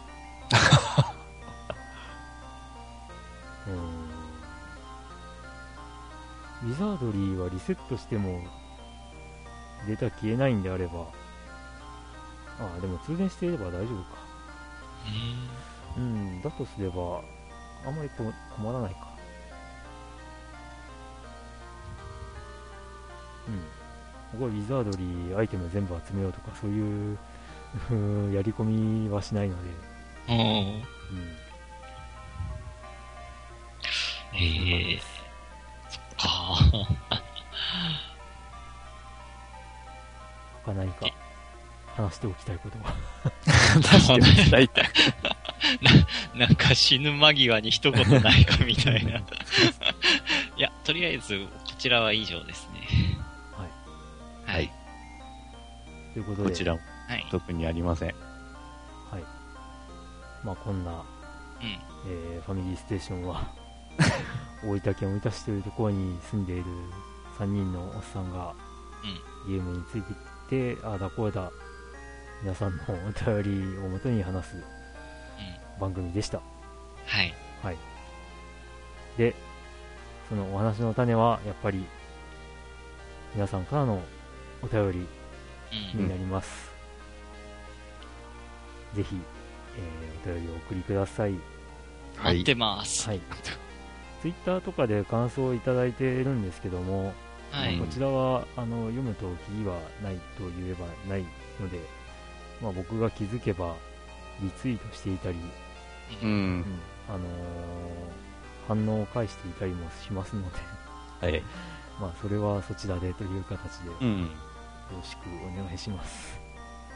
ウィザードリーはリセットしてもデータ消えないんであれば、でも通電していれば大丈夫か。だとすればあんまり困らないか。僕はウィザードリーアイテム全部集めようとかそういうやり込みはしないので。 そっか。 他何か話しておきたいことはなんか死ぬ間際に一言ないかみたいな。いや、とりあえずこちらは以上ですね。はい。 ということで、 こちらも特にありません。 こんな、ファミリーステーションは大分県大分市というところに住んでいる3人のおっさんがゲームについてきて、ああだこうだ皆さんのお便りをもとに話す番組でした。 はい。 はい。で、そのお話の種はやっぱり皆さんからのお便りになります。ぜひ、お便りをお送りください。 待ってます。 はい。ツイッターとかで感想をいただいているんですけども、 はい、 こちらは読むときりはないと言えばないので、まあ、僕が気づけばリツイートしていたり、反応を返していたりもしますので、はい、まあそれはそちらでという形で、よろしくお願いします。はい。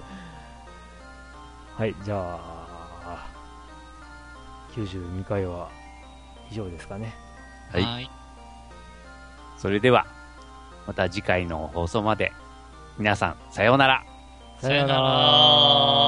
はい、じゃあ92回は以上ですかね。 はい。はい、それではまた次回の放送まで皆さんさようなら。 さようなら。